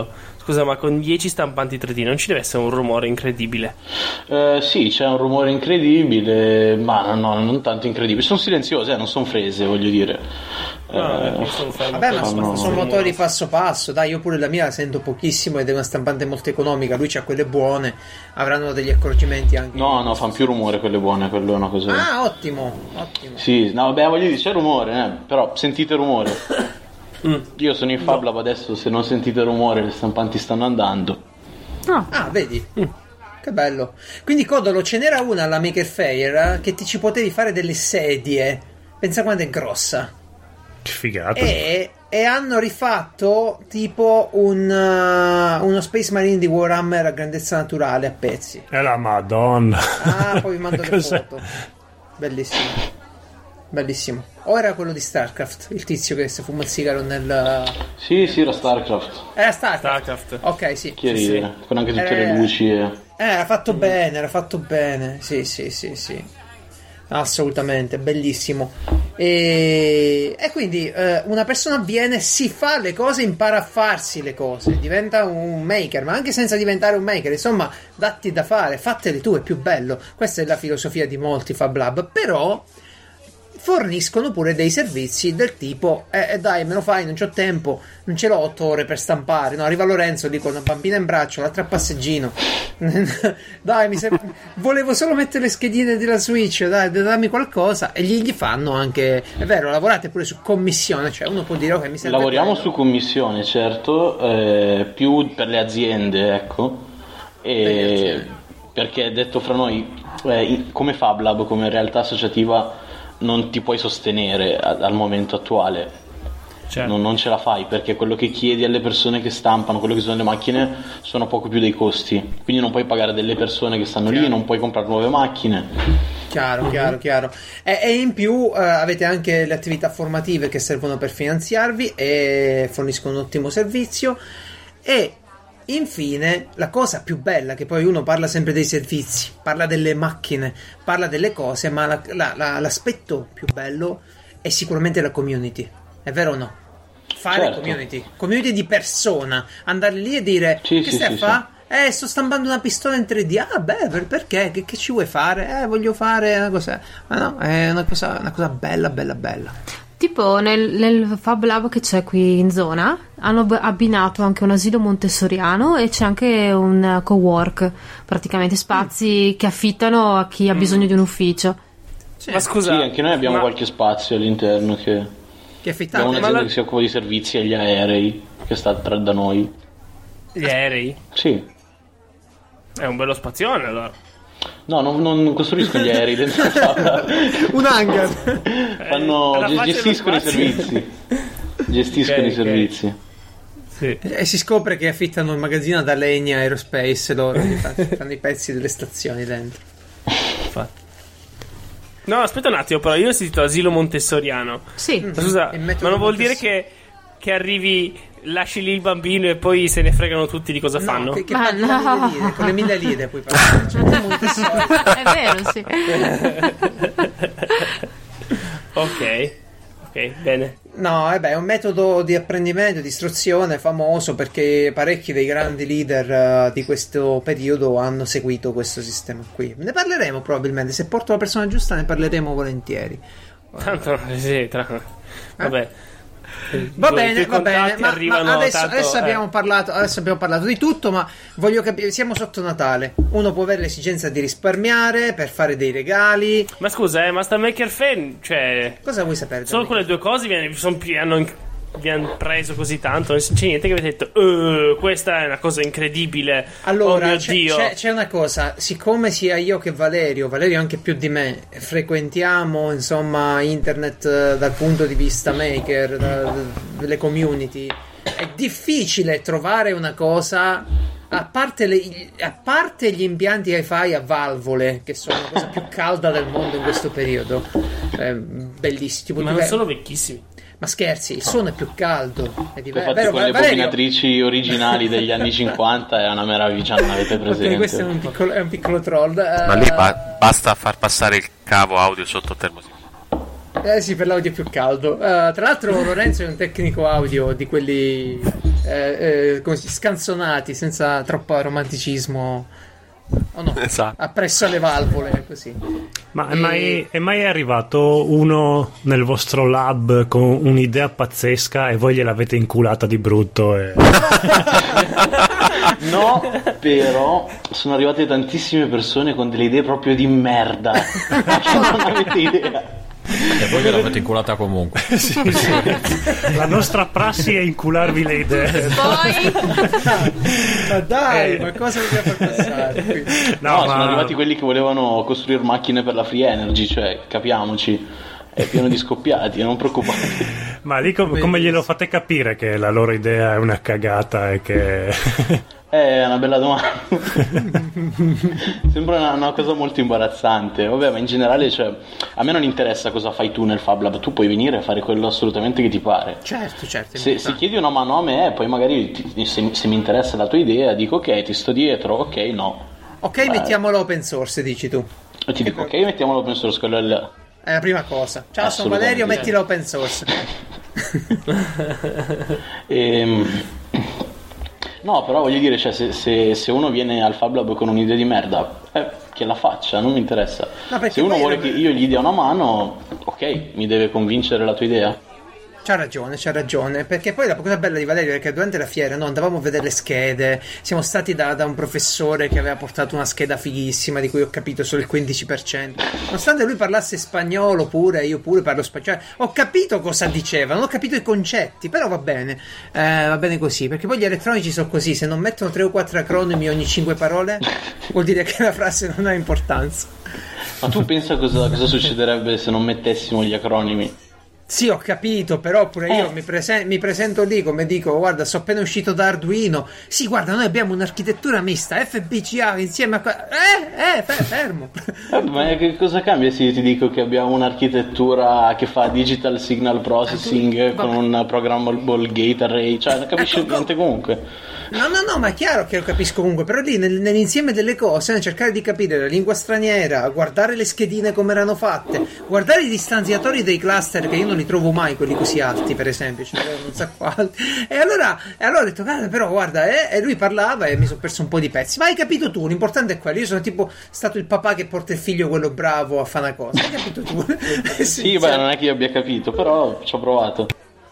Scusa, ma con dieci stampanti tre D non ci deve essere un rumore incredibile? Eh, sì, c'è un rumore incredibile, ma no, no, non tanto incredibile. Sono silenziose, eh, non sono frese, voglio dire. No, Eh, sono fermo. Vabbè, ma fanno- sono, sono motori passo passo, dai, io pure la mia la sento pochissimo ed è una stampante molto economica, lui c'ha quelle buone, avranno degli accorgimenti anche. No, no, fanno più rumore quelle buone, quello è una cosa. Ah, ottimo, ottimo. Sì, no, vabbè, voglio dire, c'è rumore, eh, però sentite rumore. Io sono in Fab Lab adesso, se non sentite rumore le stampanti stanno andando. Ah, vedi? Che bello. Quindi Codolo, ce n'era una alla Maker Faire che ti ci potevi fare delle sedie. Pensa quanto è grossa. Che figata. E, e hanno rifatto tipo un, uh, uno Space Marine di Warhammer a grandezza naturale a pezzi. È la Madonna. Ah, poi vi mando le Cos'è? foto. Bellissimo. Bellissimo. O era quello di StarCraft, il tizio che si fu mazzicaro nel... Sì, sì, era StarCraft. Era StarCraft. StarCraft. Ok, sì. Che sì, ridere, con anche tutte Eh, le luci. E... Eh, era fatto bene, era fatto bene. Sì, sì, sì, sì. Assolutamente, bellissimo. E, e quindi eh, una persona viene, si fa le cose, impara a farsi le cose, diventa un maker, ma anche senza diventare un maker, insomma, datti da fare, fattele tu, è più bello. Questa è la filosofia di molti Fab Lab, però forniscono pure dei servizi del tipo eh, eh, dai, me lo fai, non c'ho tempo, non ce l'ho otto ore per stampare. No, arriva Lorenzo lì con una bambina in braccio, l'altra a passeggino. Dai, mi sem- volevo solo mettere le schedine della Switch, dai, dammi qualcosa. E gli, gli fanno anche, è vero, lavorate pure su commissione, cioè uno può dire ok, mi serve Lavoriamo quello. su commissione, certo, eh, più per le aziende, ecco. E perché detto fra noi, eh, in- come Fab Lab, come realtà associativa, non ti puoi sostenere a- al momento attuale. Certo. Non, non ce la fai, perché quello che chiedi alle persone che stampano, quello che sono le macchine, sono poco più dei costi. Quindi non puoi pagare delle persone che stanno lì, non puoi comprare nuove macchine. Chiaro, chiaro, chiaro. E, e in più eh, avete anche le attività formative che servono per finanziarvi e forniscono un ottimo servizio. E infine la cosa più bella, che poi uno parla sempre dei servizi, parla delle macchine, parla delle cose, ma la- la- la- l'aspetto più bello è sicuramente la community. È vero o no? Fare Certo. community, community di persona, andare lì e dire Sì, che sì, stai sì, a fa'? Eh, sto stampando una pistola in tre D. Ah, beh, per- perché? Che, che ci vuoi fare? Eh, voglio fare una cosa. Ma no, è una cosa, una cosa bella, bella, bella. Tipo nel, nel Fab Lab che c'è qui in zona hanno b- abbinato anche un asilo montessoriano e c'è anche un co-work, praticamente spazi Mm. che affittano a chi ha bisogno di un ufficio. Ma scusa, Sì, anche noi abbiamo ma- qualche spazio all'interno che... Che affittate? Abbiamo un'azienda la- che si occupa di servizi agli aerei, che sta tra da noi. gli aerei? Sì. È un bello spazione allora. No, non, non costruiscono gli aerei dentro la Fab. Un hangar. Fanno, alla ge- faccia gestiscono i dello spazio. servizi. Gestiscono Ok, i ok. servizi. Sì. E si scopre che affittano il magazzino da Legna Aerospace loro. Gli fanno, fanno i pezzi delle stazioni dentro. Infatti. No, aspetta un attimo, però io ho sentito asilo montessoriano. Sì. Ma scusa, Il ma metodo non vuol dire Montessori. che, che arrivi, lasci lì il bambino e poi se ne fregano tutti di cosa fanno? No, che, che Ma parli no. con le lire, con le mille lire puoi parlare. Cioè, un Montessori. È vero, sì. Ok, ok, bene. No, eh beh, è un metodo di apprendimento, di istruzione famoso perché parecchi dei grandi leader eh, di questo periodo hanno seguito questo sistema qui. Ne parleremo probabilmente, se porto la persona giusta ne parleremo volentieri. Tanto, sì, tra... Vabbè. Va I bene, tuoi va bene, contatti ma, arrivano ma adesso, tanto, adesso eh. abbiamo parlato, adesso abbiamo parlato di tutto, ma voglio capire, siamo sotto Natale, uno può avere l'esigenza di risparmiare per fare dei regali. Ma scusa, eh, Master Maker Fan, cioè... Cosa vuoi sapere? Solo Gianni? quelle due cose vi, son, vi hanno, vi hanno preso così tanto. Non c'è niente che avete detto "Eh, questa è una cosa incredibile. Allora, oh mio c'è, Dio". c'è, c'è una cosa, siccome sia io che Valerio, Valerio anche più di me, frequentiamo insomma internet eh, dal punto di vista maker, da- delle community, è difficile trovare una cosa, a parte, le, a parte gli impianti Hi-Fi a valvole, che sono la cosa più calda del mondo in questo periodo, eh, bellissimo. Ma Tu- non sono vecchissimi. ma scherzi, il suono è più caldo, è diverso. Infatti Vero, quelle Valerio? bobinatrici originali degli anni cinquanta è una meraviglia, non avete presente. Ok, questo è un piccolo, è un piccolo troll. eh, Ma lì ba- basta far passare il cavo audio sotto il termosifone. Eh sì, per l'audio più caldo. Eh, tra l'altro Lorenzo è un tecnico audio di quelli eh, eh, come si, scanzonati, senza troppo romanticismo. Oh no, esatto. appresso alle valvole, così. Ma è, E- mai, è mai arrivato uno nel vostro lab con un'idea pazzesca e voi gliel'avete inculata di brutto? E... No, però sono arrivate tantissime persone con delle idee proprio di merda. Che non avete idea. E voi gliel'avete inculata comunque. Sì, sì. La nostra prassi è incularvi le idee. Poi Ma dai, Eh. ma cosa dobbiamo far passare qui? No, No, ma- sono arrivati quelli che volevano costruire macchine per la free energy, cioè, capiamoci, è pieno di scoppiati, non preoccupate. Ma lì com- come glielo fate capire che la loro idea è una cagata e che... Eh, È una bella domanda. Sembra una, una cosa molto imbarazzante. Vabbè, ma in generale, cioè, a me non interessa cosa fai tu nel Fab Lab, tu puoi venire a fare quello assolutamente che ti pare. Certo, certo. è Se, se importante. chiedi una mano a me, poi magari ti- se, se mi interessa la tua idea, dico ok, ti sto dietro, ok, no. Ok, mettiamolo open source, dici tu. E ti dico ok, mettiamolo open source, quello è il... È la prima cosa. Ciao, sono Assolutamente. Valerio, mettilo open source. Ehm, No, però voglio dire, cioè, se, se, se uno viene al Fab Lab con un'idea di merda, eh, che la faccia, non mi interessa. No, perché Se uno poi- vuole che io gli dia una mano, ok, mi deve convincere la tua idea. C'ha ragione, c'ha ragione, perché poi la cosa bella di Valerio è che durante la fiera no, andavamo a vedere le schede, siamo stati da, da un professore che aveva portato una scheda fighissima di cui ho capito solo il quindici per cento, nonostante lui parlasse spagnolo pure, io pure parlo spagnolo, ho capito cosa diceva, non ho capito i concetti, però va bene, eh, va bene così, perché poi gli elettronici sono così, se non mettono tre o quattro acronimi ogni cinque parole vuol dire che la frase non ha importanza. Ma tu pensa cosa, cosa succederebbe se non mettessimo gli acronimi? Sì, ho capito, però pure io Eh. mi, presen- mi presento lì come dico, guarda, sono appena uscito da Arduino. Sì, guarda, noi abbiamo un'architettura mista, F P G A insieme a... qua- Eh, eh, fe- fermo. Eh, ma che cosa cambia se io ti dico che abbiamo un'architettura che fa digital signal processing con un programmable gate array? Cioè, non capisci Ecco, niente comunque. No, no, no, ma è chiaro che lo capisco comunque, però lì nel- nell'insieme delle cose, eh, cercare di capire la lingua straniera, guardare le schedine come erano fatte, guardare i distanziatori dei cluster, che io non li trovo mai quelli così alti, per esempio, ce n'erano un sacco alti. E allora, e allora ho detto, guarda, però guarda, eh, e lui parlava e mi sono perso un po' di pezzi. Ma hai capito tu, l'importante è quello, io sono tipo stato il papà che porta il figlio quello bravo a fare una cosa, hai capito tu? Sì, beh, non è che io abbia capito, però ci ho provato.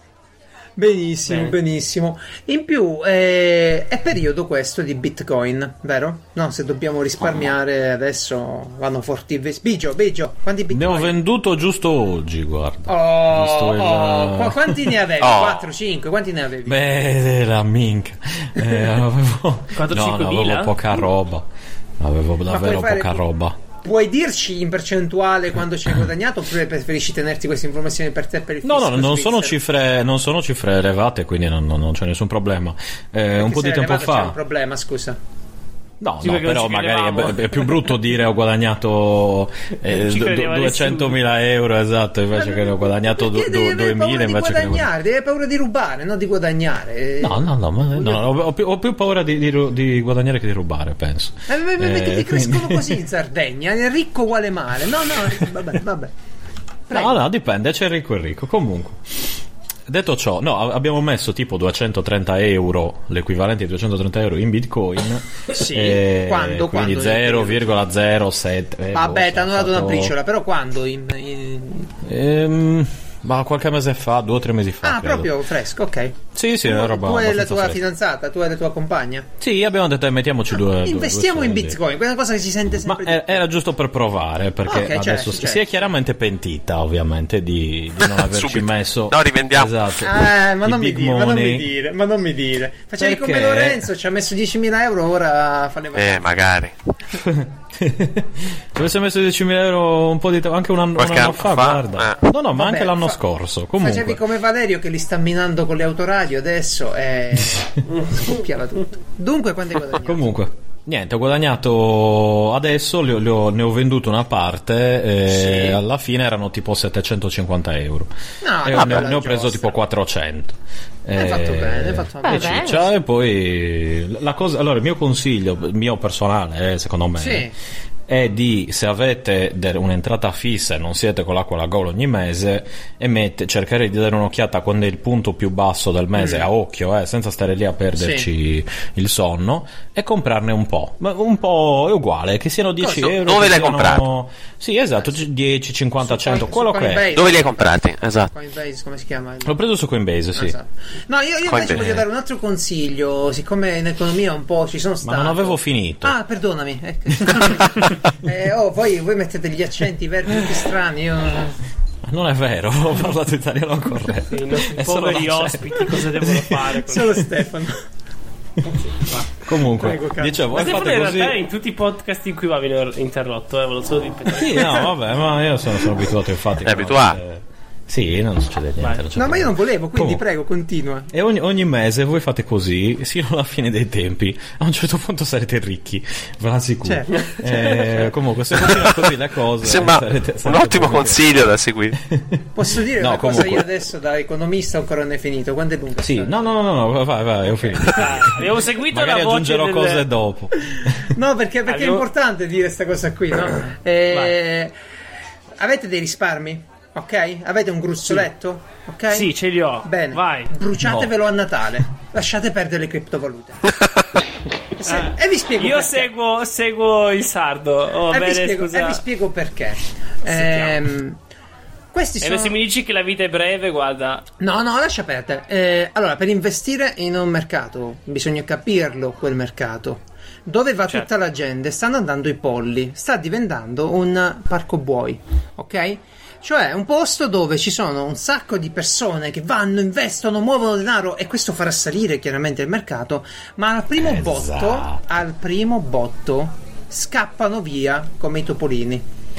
Benissimo, Bene. benissimo. In più eh, è periodo questo di Bitcoin, vero? No, se dobbiamo risparmiare adesso vanno forti. Bigio, Bigio, quanti Ne Bitcoin? ho venduto giusto oggi, guarda. Oh, Visto il- oh, qu- quanti ne avevi? Oh. quattro, cinque, quanti ne avevi? Beh, la minchia. Eh, avevo... quattro no, no, cinque mila? avevo poca roba. Avevo davvero puoi fare- poca roba. Puoi dirci in percentuale quando ci hai guadagnato oppure preferisci tenerti queste informazioni per te per il No, no, fisco non sono, svizzero? cifre, non sono cifre elevate, quindi non, non- non c'è nessun problema. Eh, un Perché po' se di è tempo elevato c'è un fa. problema, scusa. No, Sì, no, perché non però ci magari credevamo. è, è più brutto dire ho guadagnato eh, Non ci du- credeva duecentomila euro, esatto, invece che ne ho guadagnato Perché devi avere paura duemila di invece che ne ho guadagnare, devi avere paura di rubare, non di guadagnare. No, no, no, ma, no, ho, ho più, ho più paura di, di ru- di guadagnare che di rubare, penso. Eh, ma- ma- ma che ti Eh, crescono quindi- così in Sardegna? È ricco uguale male. No, no, vabbè, vabbè. Prego. No, no, dipende, c'è il ricco e il ricco. Comunque, detto ciò, no, a- abbiamo messo tipo duecentotrenta euro, l'equivalente di duecentotrenta euro in Bitcoin. Sì, e quando? Quindi Quando? zero virgola zero sette. eh, Vabbè, boh, ti hanno dato una stato- briciola, però quando? In, in- Ehm, ma qualche mese fa, due o tre mesi fa. Ah, credo. proprio fresco, ok. Sì, sì, è tu, una roba tu e la abbastanza tua fresca. fidanzata, tu e la tua compagna. Sì, abbiamo detto, eh, mettiamoci due. due- Investiamo due in soldi. Bitcoin, quella cosa che si sente Ma sempre era, era giusto per provare, perché Ok, certo, adesso certo. si è chiaramente pentita, ovviamente, di, di non averci Subito. messo. No, rivendiamo. Esatto. Eh, ma I non, mi big dire, ma non mi money. dire, ma non mi dire. Facevi come Perché? Lorenzo, ci ha messo diecimila euro, ora fa le Eh, magari. Ci avessi messo diecimila euro un po' di tempo, anche un anno, Qualche un anno anno fa, fa, guarda. eh. No, no, ma Vabbè, anche l'anno fa- scorso. Comunque. Facevi come Valerio che li sta minando con le autoradio adesso e scoppiava tutto. Dunque, quanto hai guadagnato? Comunque, niente, ho guadagnato adesso, li ho- li ho- ne ho venduto una parte e Sì. alla fine erano tipo settecentocinquanta euro. No, e che ne, ho- bella ne ho preso giostra. tipo quattrocento. Hai fatto bene, hai fatto Beh, e bene. ciccia, e poi la cosa, allora il mio consiglio, il mio personale, eh, secondo me, Sì. è di, se avete de- un'entrata fissa e non siete con l'acqua alla gola ogni mese, e mette, cercare di dare un'occhiata quando è il punto più basso del mese, mm. a occhio, eh, senza stare lì a perderci sì. il sonno, e comprarne un po'. Ma un po' è uguale, che siano dieci Cosa? euro. Dove li hai siano... comprati? Sì, esatto, dieci, cinquanta, cento, quello che è. Dove li hai comprati? Esatto. Coinbase, come si chiama? L'ho preso su Coinbase, sì. Esatto. No, io, io invece voglio dare un altro consiglio, siccome in economia un po' ci sono stato. Ma non avevo finito. Ah, perdonami. eh, oh, poi voi mettete gli accenti verdi tutti strani, io... Non è vero, ho parlato italiano corretto. Sì, i poveri ospiti cosa devono fare? Solo Stefano. Comunque, Prego, dicevo, ma fate in così. realtà in tutti i podcast in cui va viene interrotto, eh, ve lo so ripetere. Sì, no, vabbè, ma io sono, sono abituato, infatti. È abituato. Sì, non succede niente. Non no, ma io non volevo, quindi Comunque. prego, continua. E ogni, ogni mese voi fate così, sino alla fine dei tempi. A un certo punto sarete ricchi, ve l'assicuro. Certo. Eh, comunque, se continuano così le cose, sembra sarete, sarete un ottimo buoni. consiglio da seguire. Posso dire No, una cosa comunque. io adesso da economista ancora non è finito? Quando è lunga? Sì, no, no, no, no, vai, vai, ho finito. Ah, abbiamo seguito Magari la voce aggiungerò del... cose dopo. No, perché, perché Abbiamo- è importante dire questa cosa qui, no? Eh, avete dei risparmi? Ok? Avete un gruzzoletto? Ok? Sì, ce li ho. Bene. Vai. Bruciatevelo a Natale. Lasciate perdere le criptovalute. Se- Ah. e vi spiego Io perché. seguo, seguo il sardo. Oh, e, bene, vi spiego, scusa. e vi spiego perché. Sentiamo. Ehm, questi E sono... se mi dici che la vita è breve, guarda. No, no, lascia perdere. Eh, allora, per investire in un mercato bisogna capirlo, quel mercato. Dove va Certo. tutta la gente? Stanno andando i polli. Sta diventando un parco buoi, ok? Cioè un posto dove ci sono un sacco di persone che vanno, investono, muovono denaro, e questo farà salire chiaramente il mercato, ma al primo Esatto. botto, al primo botto scappano via come i topolini.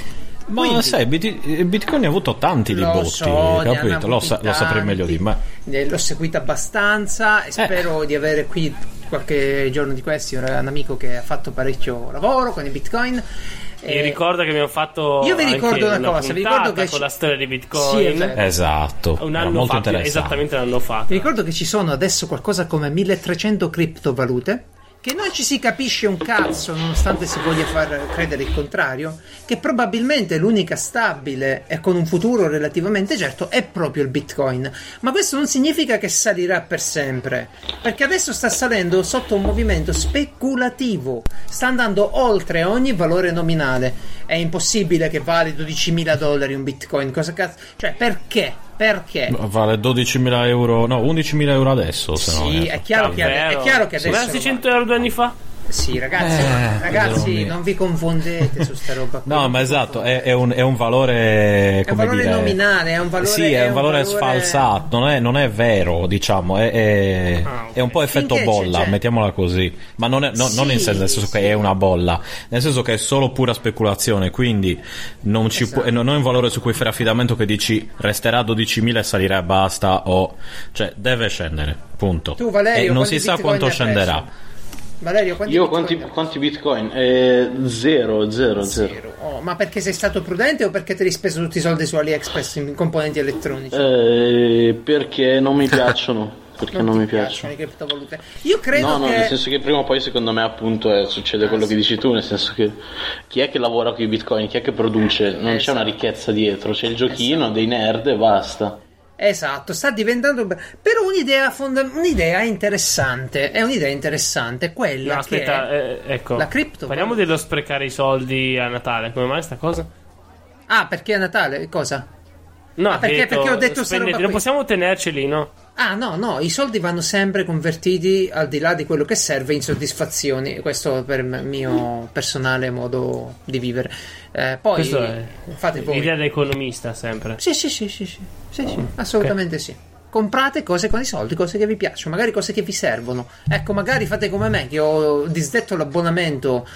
Ma Quindi- sai, Bit- Bitcoin ha avuto tanti di Lo botti, so, ne hanno capito? Lo, sa- avuti lo saprei tanti. meglio di me. Eh, L'ho seguito abbastanza e spero di avere qui qualche giorno di questi un un amico che ha fatto parecchio lavoro con i Bitcoin. Mi E- ricorda che abbiamo fatto. Io vi ricordo anche una cosa, vi puntata ricordo che con ci- la storia di Sì, è Bitcoin. vero. Esatto, Un era anno molto fa, interessante. esattamente un anno fa. Vi ricordo che ci sono adesso qualcosa come milletrecento criptovalute, che non ci si capisce un cazzo nonostante si voglia far credere il contrario, che probabilmente l'unica stabile e con un futuro relativamente certo è proprio il Bitcoin. Ma questo non significa che salirà per sempre, perché adesso sta salendo sotto un movimento speculativo, sta andando oltre ogni valore nominale. È impossibile che vali dodicimila dollari un Bitcoin, cosa cazzo? Cioè, perché? Perché? Vale dodicimila euro, no, undicimila euro adesso. Se no, Sì, eh. è chiaro, che, Davvero? è chiaro che adesso Era lo seicento euro due anni fa? va. Sì, ragazzi, Eh, ragazzi, Padrone mio. non vi confondete su sta roba qui. No, non ma vi esatto, è, confondete. è un, è un valore, È un come valore dire, nominale, è un valore sì, è, un valore, sfalsato, non è, non è vero, diciamo, è, è, Ah, ok. è un po' effetto Finché bolla, c'è- mettiamola così, ma non, è, no- non in Sì, senso, nel senso sì. che è una bolla, nel senso che è solo pura speculazione, quindi non, ci Esatto. può- non è un valore su cui fare affidamento che dici resterà dodicimila e salirà e basta, o cioè deve scendere, punto. Tu, Valerio, e non quanti si sa Bitcoin quanto hai preso? scenderà. Valerio, quanti Io Bitcoin quanti, hai? quanti bitcoin? Eh, zero, zero, zero. Zero. Oh, ma perché sei stato prudente o perché te li hai speso tutti i soldi su AliExpress in componenti elettronici? Eh, perché non mi piacciono. Perché non, ti mi piacciono piacciono. le criptovalute? Io credo No, no, che nel senso che prima o poi secondo me appunto eh, succede quello che dici tu, nel senso che chi è che lavora con i bitcoin, chi è che produce, non c'è Esatto. una ricchezza dietro, c'è il giochino, dei nerd e basta. Esatto, sta diventando però un'idea fonda- un'idea interessante, è un'idea interessante quella No, aspetta, che eh, ecco. la cripto. Parliamo dello sprecare i soldi a Natale. Come mai sta cosa? Ah, perché a Natale cosa? No, Ah, perché- che perché ho detto sta spendete, roba non qui. possiamo tenerceli, no? Ah, no, no, i soldi vanno sempre convertiti al di là di quello che serve in soddisfazioni. Questo per il mio personale modo di vivere. Eh, poi Questo è fate voi. l'idea da economista sempre. Sì, sì, sì, sì, sì, sì, sì, assolutamente sì. Comprate cose con i soldi, cose che vi piacciono, magari cose che vi servono. Ecco, magari fate come me, che ho disdetto l'abbonamento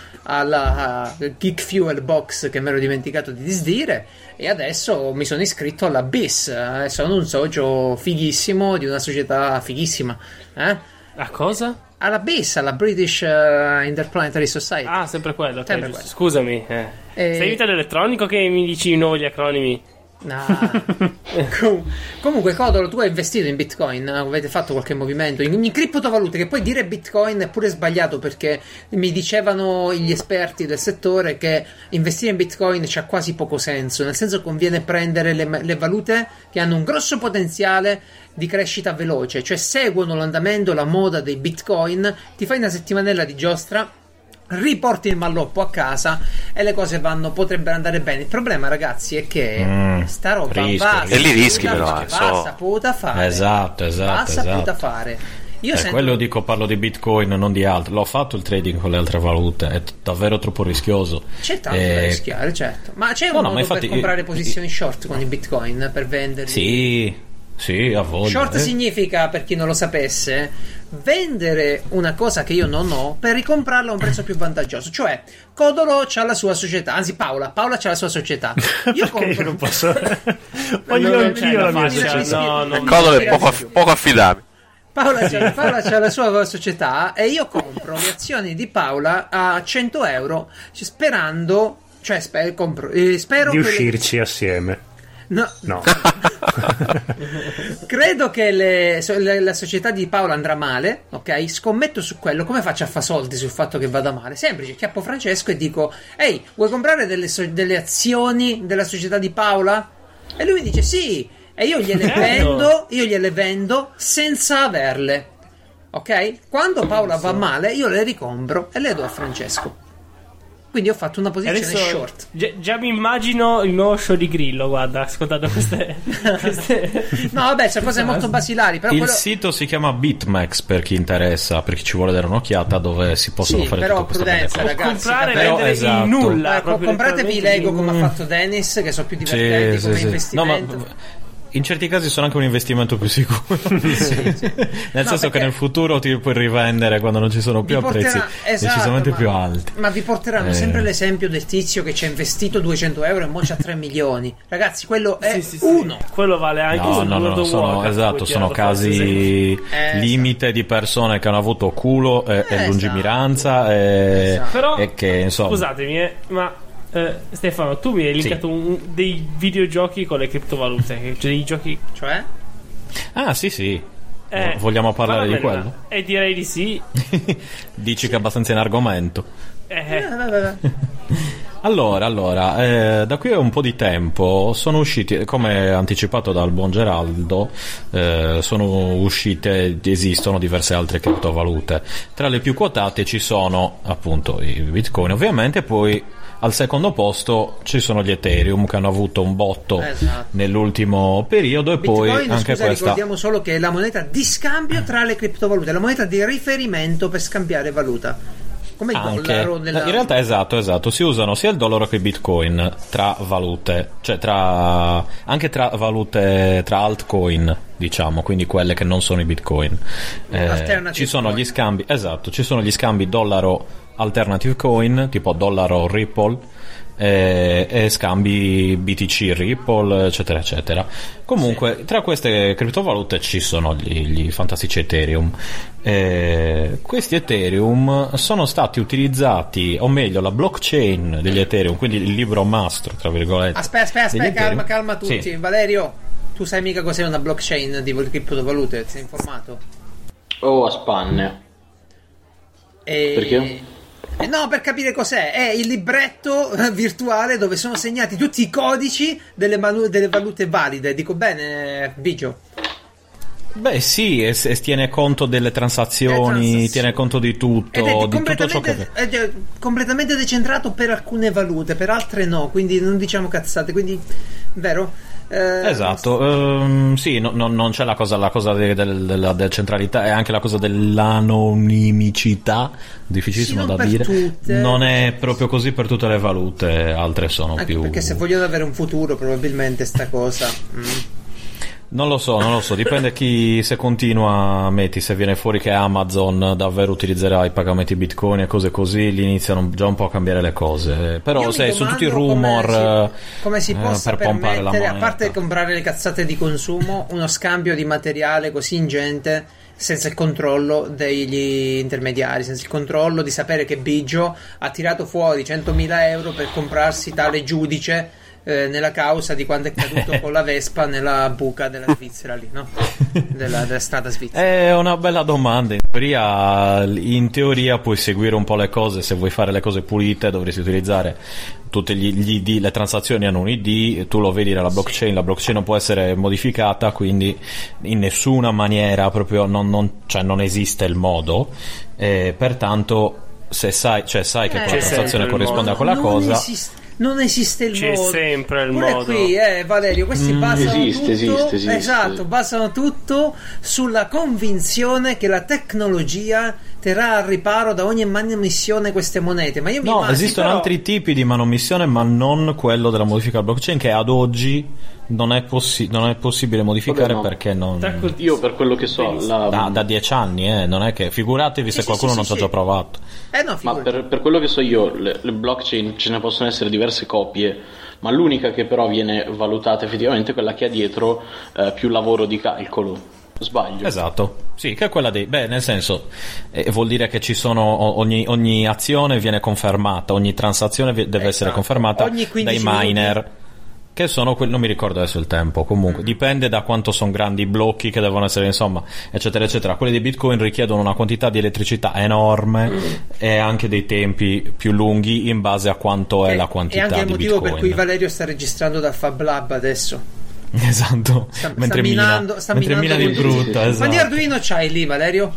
alla Geek Fuel Box che mi ero dimenticato di disdire, e adesso mi sono iscritto alla B I S. Eh, sono un socio fighissimo di una società fighissima. Eh? A cosa? Alla B I S, alla British uh, Interplanetary Society. Ah, sempre quello. ok, Sempre giusto. quello. Scusami. Eh. Eh, Sei aiuto all'elettronico che mi dici i nuovi acronimi? No. Com- comunque Codolo, tu hai investito in Bitcoin? Avete fatto qualche movimento in, in criptovalute? Che poi dire Bitcoin è pure sbagliato, perché mi dicevano gli esperti del settore che investire in Bitcoin c'ha quasi poco senso, nel senso che conviene prendere le, le valute che hanno un grosso potenziale di crescita veloce, cioè seguono l'andamento, la moda dei Bitcoin, ti fai una settimanella di giostra, riporti il malloppo a casa e le cose vanno, potrebbero andare bene. Il problema, ragazzi, è che mm, sta roba rischio, va e li rischi, però va so. saputa fare. Esatto, esatto, va saputa esatto. fare. Io Eh, sento... quello dico, parlo di Bitcoin, non di altro. L'ho fatto il trading con le altre valute, è t- davvero troppo rischioso. C'è tanto Eh, da rischiare, certo. Ma c'è un no, no, modo ma infatti, per comprare io- posizioni short con i Bitcoin, per venderli? Sì, sì, a voglia. Short eh. significa, per chi non lo sapesse, vendere una cosa che io non ho per ricomprarla a un prezzo più vantaggioso. Cioè, Codolo c'ha la sua società, anzi Paola, Paola c'ha la sua società. Io Perché compro... non posso... Voglio Non anch'io c'è la la mia faccia, società. no, no, Il Codolo è no, poco, no. poco affidabile. Paola c'ha, Paola c'ha la sua società e io compro le azioni di Paola a cento euro sperando, cioè sper- compro, eh, spero Di che le- uscirci assieme. No, No. credo che le- so- le- la società di Paola andrà male, ok? Scommetto su quello. Come faccio a fa soldi sul fatto che vada male? Semplice, chiappo Francesco e dico: ehi, vuoi comprare delle, so- delle azioni della società di Paola? E lui mi dice sì. E io gliele Certo. vendo, io gliele vendo senza averle, ok? Quando Paola va male, io le ricompro e le do a Francesco. Quindi ho fatto una posizione Adesso short. già, già mi immagino il nuovo show di Grillo, guarda, ascoltando queste, queste... No, vabbè, sono cose molto basilari. Però Il quello... sito si chiama BitMEX per chi interessa, per chi ci vuole dare un'occhiata, dove si possono Sì, fare però tutte queste prudenza, cose. ragazzi. comprare e Però, vendere esatto. in nulla. Ecco, proprio compratevi letteralmente Lego in- come ha fatto Dennis, che sono più divertenti Sì, come sì, sì. No, investimento. ma in certi casi sono anche un investimento più sicuro. Nel No, senso che perché nel futuro ti puoi rivendere quando non ci sono più vi a prezzi porterà- esatto, decisamente ma- più alti. Ma vi porteranno Eh. sempre l'esempio del tizio che ci ha investito duecento euro e mo c'ha tre milioni. Ragazzi, quello è Sì, sì, sì. uno. Quello vale anche No, su no, World no, of sono, Warcraft, esatto, come sono tirato forse esempio. casi Eh, limite di persone che hanno avuto culo e, e Eh, lungimiranza e, Esatto. Però, e che insomma scusatemi, eh, ma eh, Stefano, tu mi hai Sì. linkato un- dei videogiochi con le criptovalute, cioè dei giochi... Cioè? ah sì sì Eh, vogliamo parlare di parlamene. quello? E direi di sì. Dici che è abbastanza in argomento. Eh, Eh, vabbè, vabbè. Allora, allora, eh, da qui a un po' di tempo sono usciti, come anticipato dal buon Geraldo, eh, sono uscite, esistono diverse altre criptovalute. Tra le più quotate ci sono appunto i Bitcoin, ovviamente, poi al secondo posto ci sono gli Ethereum che hanno avuto un botto Esatto. nell'ultimo periodo e poi Bitcoin, anche scusa, questa. ricordiamo solo che è la moneta di scambio tra le criptovalute, la moneta di riferimento per scambiare valuta. Come il Anche, dollaro della... in realtà esatto, esatto, si usano sia il dollaro che il Bitcoin tra valute, cioè tra anche tra valute, tra altcoin, diciamo, quindi quelle che non sono i Bitcoin. Eh, Alternative ci sono coin. gli scambi, esatto, ci sono gli scambi dollaro alternative coin, tipo dollaro Ripple, eh, e scambi B T C Ripple, eccetera eccetera. Comunque tra queste criptovalute ci sono gli, gli fantastici Ethereum. Eh, questi Ethereum sono stati utilizzati, o meglio la blockchain degli Ethereum, quindi il libro mastro tra virgolette. Aspetta, aspetta, degli aspetta, calma, Ethereum. calma tutti. Sì. Valerio, tu sai mica cos'è una blockchain di criptovalute? Sei informato? Oh, a spanne. E... Perché? Eh, no, per capire cos'è. È il libretto eh, virtuale dove sono segnati tutti i codici delle, manu- delle valute valide. Dico bene, Bigio? Beh sì, e, e tiene conto delle transazioni, Le transazioni. tiene conto di tutto, Ed è di tutto ciò che... completamente, è già completamente decentrato per alcune valute, per altre no. Quindi non diciamo cazzate. Quindi, vero? Eh, Esatto, ehm, sì, no- no- non c'è la cosa, la cosa de- del- della decentralità, è anche la cosa dell'anonimicità, difficilissimo Sì, non da per dire. tutte. Non è proprio così per tutte le valute, altre sono Anche più. perché se vogliono avere un futuro, probabilmente sta cosa. mm. Non lo so, non lo so, dipende chi, se continua, metti, se viene fuori che Amazon davvero utilizzerà i pagamenti Bitcoin e cose così, lì iniziano già un po' a cambiare le cose. Però Io se mi sono tutti domando rumor come si, come si eh, possa per pompare la permettere, a moneta. parte comprare le cazzate di consumo, uno scambio di materiale così ingente senza il controllo degli intermediari, senza il controllo di sapere che Biggio ha tirato fuori centomila euro per comprarsi tale giudice eh, nella causa di quando è caduto con la Vespa nella buca della Svizzera lì, no? Della, della strada svizzera. È una bella domanda. In teoria, in teoria puoi seguire un po' le cose. Se vuoi fare le cose pulite dovresti utilizzare tutti gli, gli I D. Le transazioni hanno un I D, tu lo vedi nella blockchain, sì. La blockchain non può essere modificata, quindi in nessuna maniera proprio non, non, cioè non esiste il modo, eh, pertanto se sai, cioè sai che eh, quella transazione corrisponde modo. a quella non cosa esiste, non esiste il c'è modo, sempre il pure modo qui eh, Valerio, questi mm, basano esiste, tutto esiste, esiste. esatto, basano tutto sulla convinzione che la tecnologia terrà al riparo da ogni manomissione queste monete. Ma io mi no, immagino, esistono però... altri tipi di manomissione, ma non quello della modifica blockchain, che ad oggi non è, possi- non è possibile modificare. Vabbè, no. Perché non io per quello che so la... da, da dieci anni eh, non è che figuratevi sì, se qualcuno sì, non sì, ci ha sì. già provato eh, no, ma per, per quello che so io le, le blockchain ce ne possono essere diverse copie, ma l'unica che però viene valutata effettivamente è quella che ha dietro eh, più lavoro di calcolo. Sbaglio? Esatto, sì, che è quella dei... Beh, nel senso, eh, vuol dire che ci sono... Ogni, ogni azione viene confermata, ogni transazione deve esatto. essere confermata dai miner, minuti. Che sono quelli... Non mi ricordo adesso il tempo, comunque, mm. dipende da quanto sono grandi i blocchi che devono essere, insomma, eccetera, eccetera. Quelli di Bitcoin richiedono una quantità di elettricità enorme mm. e anche dei tempi più lunghi in base a quanto che è la quantità di Bitcoin. E anche il motivo per cui Valerio sta registrando dal Fab Lab adesso. Esatto, sta, mentre sta mina, minando, sta mentre mina di brutto. Esatto. Quanti Arduino c'hai lì, Valerio?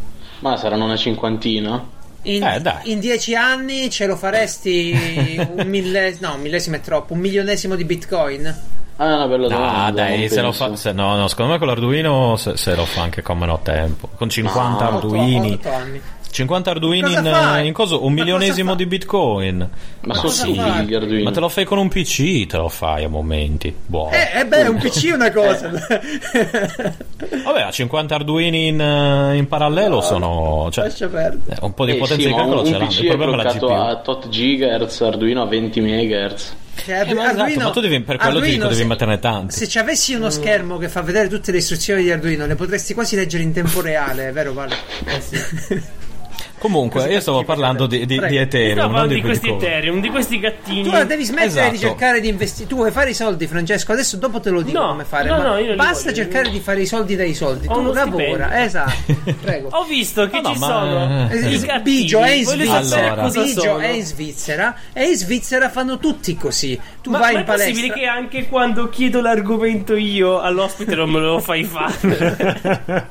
Ma saranno una cinquantina. In, eh, dai. in dieci anni ce lo faresti un millesimo, no, un millesimo è troppo, un milionesimo di Bitcoin? Ah, è una bella domanda. Ah, dai, se lo fa, se, no, no, secondo me con l'Arduino se, se lo fa anche con meno tempo. Con cinquanta no, Arduini. otto anni. cinquanta Arduini in, in cosa? Un ma milionesimo di Bitcoin. Ma, ma sono sì, gli Arduini. Ma te lo fai con un P C, te lo fai a momenti. Buono. Eh, eh beh, un P C è una cosa. Vabbè, a cinquanta Arduini in, in parallelo no, sono, cioè, eh, un po' di eh, potenza sì, di calcolo ce l'hanno. Il problema è la G P U. A tot gigahertz, Arduino a venti megahertz. Cioè, eh, ma, Arduino, esatto, ma tu devi, per quello Arduino, ti dico, devi se, metterne tanti. Se ci avessi uno schermo che fa vedere tutte le istruzioni di Arduino, le potresti quasi leggere in tempo reale, vero Vale? Eh sì. Comunque, così io stavo parlando di, di, di Ethereum, non di, di questi Bitcoin. Ethereum, di questi gattini. Tu devi smettere esatto. di cercare di investire. Tu vuoi fare i soldi, Francesco? Adesso dopo te lo dico no, come fare. No, ma no, io basta voglio. cercare di fare i soldi dai soldi. Ho tu lavora, esatto. Prego. Ho visto che no, ci no, sono ma... i gattini. Bigio è in Svizzera. Allora. Bigio è in Svizzera e in Svizzera fanno tutti così. Tu ma, vai ma in palestra. Ma è possibile che anche quando chiedo l'argomento io all'ospite non me lo fai fare?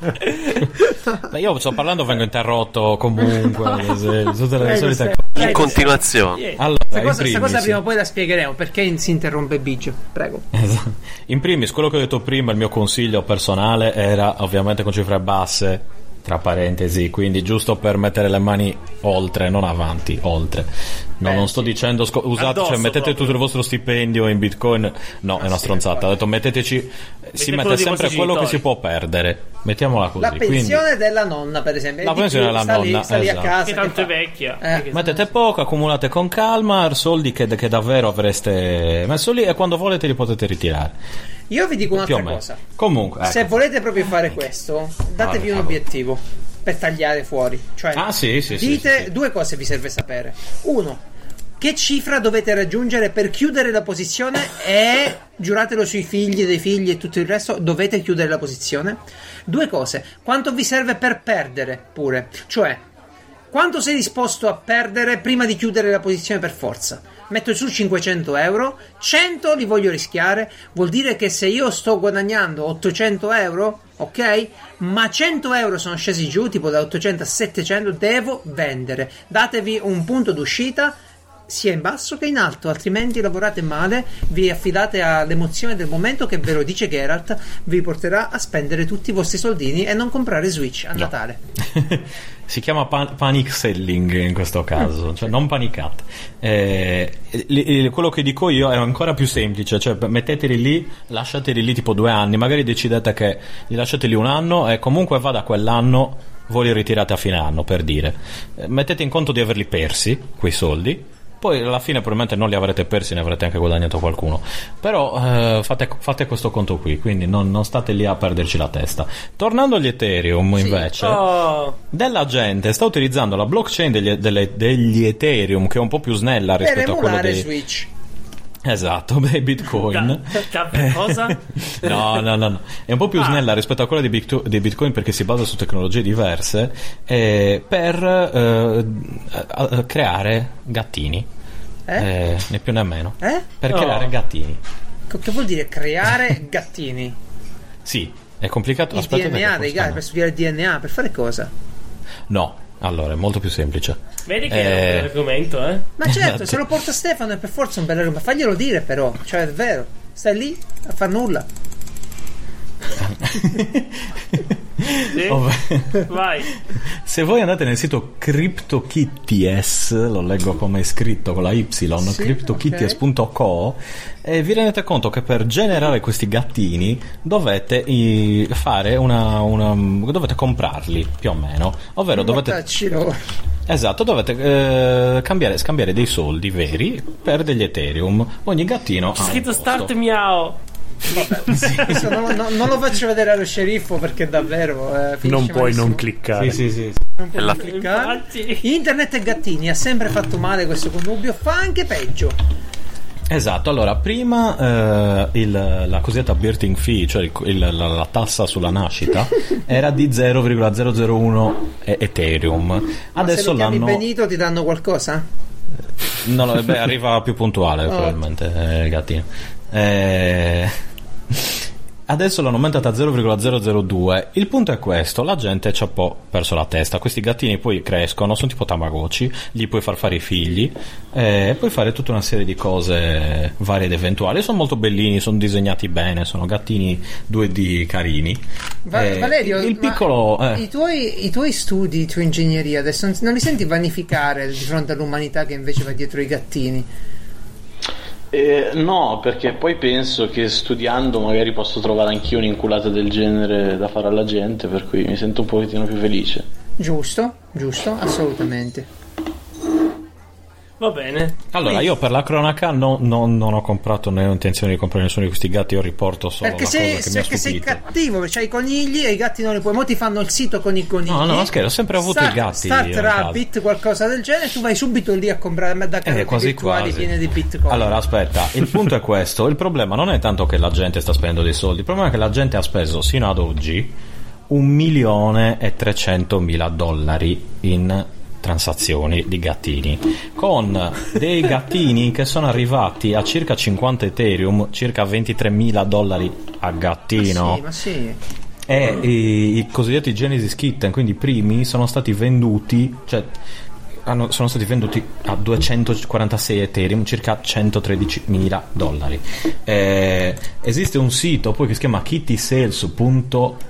Beh, io sto parlando, vengo interrotto comunque. Se, tutte le solite in continuazione. Yeah. Allora, questa cosa, primis, cosa prima o poi la spiegheremo perché si interrompe Bigio. Prego. Esatto. In primis, quello che ho detto prima, il mio consiglio personale era ovviamente con cifre basse, tra parentesi, quindi giusto per mettere le mani oltre, non avanti, oltre. No, Beh, non sto sì. dicendo sco- usate, Addosso, cioè mettete proprio. tutto il vostro stipendio in Bitcoin. No, ah, è una sì, stronzata. Ho detto metteteci, si mette sempre quello che si può perdere. Mettiamola così. La pensione quindi, della nonna, per esempio. La di pensione più, della sta nonna, lì, sta lì esatto. a casa. Che tanto che è vecchia. Eh. mettete poco, accumulate con calma soldi che, che davvero avreste messo lì e quando volete li potete ritirare. Io vi dico Più un'altra o cosa. Comunque, ecco. Se volete proprio fare questo, datevi Vale, un obiettivo per tagliare fuori. Cioè, Ah, sì, sì, sì, dite sì, sì. due cose vi serve sapere. Uno, che cifra dovete raggiungere per chiudere la posizione e giuratelo sui figli dei figli e tutto il resto, dovete chiudere la posizione. Due cose, quanto vi serve per perdere pure, cioè quanto sei disposto a perdere prima di chiudere la posizione per forza. Metto su cinquecento euro, cento li voglio rischiare, vuol dire che se io sto guadagnando ottocento euro, ok? Ma cento euro sono scesi giù, tipo da ottocento a settecento, devo vendere. Datevi un punto d'uscita sia in basso che in alto, altrimenti lavorate male, vi affidate all'emozione del momento che ve lo dice Geralt, vi porterà a spendere tutti i vostri soldini e non comprare Switch a No. Natale. Si chiama pan- panic selling in questo caso, cioè non panicate. Eh, li- li- quello che dico io è ancora più semplice, cioè metteteli lì, lasciateli lì tipo due anni, magari decidete che li lasciate lì un anno e comunque va da quell'anno voi li ritirate a fine anno, per dire. Eh, mettete in conto di averli persi quei soldi. Poi alla fine probabilmente non li avrete persi, ne avrete anche guadagnato qualcuno. Però eh, fate, fate questo conto qui, quindi non, non state lì a perderci la testa. Tornando agli Ethereum, Sì. invece, Oh. della gente sta utilizzando la blockchain degli, delle- degli Ethereum, che è un po' più snella Per rispetto a quello emulare dei... Switch. Esatto, beh, Bitcoin. Da, da cosa? no, no, no, no. È un po' più ah. snella rispetto a quella di, Bit- di Bitcoin perché si basa su tecnologie diverse eh, per eh, a- creare gattini. Eh? Eh, né più né meno. Eh? Per oh. creare gattini. Che vuol dire creare gattini? Sì, è complicato. Il Aspetta, D N A dei gatti, per studiare il D N A, per fare cosa? No, allora è molto più semplice. Vedi che eh... è un bel argomento, eh? Ma certo, se lo porta Stefano è per forza un bel argomento. Ma faglielo dire però, cioè è vero. Stai lì a far nulla. Sì? Oh, vai. Se voi andate nel sito CryptoKitties, lo leggo come è scritto con la Y, sì, CryptoKitties punto co, okay. E vi rendete conto che per generare questi gattini dovete i, fare una, una dovete comprarli più o meno, ovvero dovete esatto, dovete eh, cambiare, scambiare dei soldi veri per degli Ethereum. Ogni gattino c'è ha scritto un start miao. Vabbè, sì, non, non, non lo faccio vedere allo sceriffo perché davvero eh, non puoi malissimo. Non cliccare. Sì, sì, sì. Non puoi non cliccare. Internet e gattini ha sempre fatto male questo connubio, fa anche peggio. Esatto, allora prima eh, il, la cosiddetta birthing fee, cioè il, il, la, la tassa sulla nascita, era di zero virgola zero zero uno Ethereum. Adesso Ma se lo chiami l'hanno Benito ti danno qualcosa? No, no, beh, arriva più puntuale oh. probabilmente eh, il gattino. Eh... Adesso l'hanno aumentata a zero virgola zero zero due. Il punto è questo: la gente ci ha un po' perso la testa. Questi gattini poi crescono, sono tipo Tamagotchi, gli puoi far fare i figli e eh, puoi fare tutta una serie di cose varie ed eventuali. Sono molto bellini, sono disegnati bene, sono gattini due D carini. Va- eh, Valerio, il piccolo eh. i, tuoi, i tuoi studi, i tuoi ingegneria adesso non li senti vanificare di fronte all'umanità che invece va dietro i gattini? Eh, no, perché poi penso che studiando magari posso trovare anch'io un'inculata del genere da fare alla gente, per cui mi sento un pochettino più felice. Giusto, giusto, assolutamente. Va bene. Allora, io per la cronaca no, no, non ho comprato né ho intenzione di comprare nessuno di questi gatti. Io riporto solo perché la sei, cosa che mi ha perché sei stupito. cattivo, perché c'hai i conigli e i gatti non li puoi. Mo ti fanno il sito con i conigli. No, no, scherzo, ho sempre avuto Start, i gatti. Start Rabbit, qualcosa del genere. Tu vai subito lì a comprare da eh, quasi virtuali quasi piene di bitcoin. Allora, aspetta, il punto è questo: il problema non è tanto che la gente sta spendendo dei soldi, il problema è che la gente ha speso sino ad oggi un milione e trecentomila dollari in transazioni di gattini, con dei gattini che sono arrivati a circa cinquanta Ethereum, circa ventitremila dollari a gattino. Ma sì, ma sì. E i, i cosiddetti Genesis Kitten, quindi i primi, sono stati venduti, cioè hanno, sono stati venduti a duecentoquarantasei Ethereum, circa centotredicimila dollari. Eh, esiste un sito poi che si chiama kittysales punto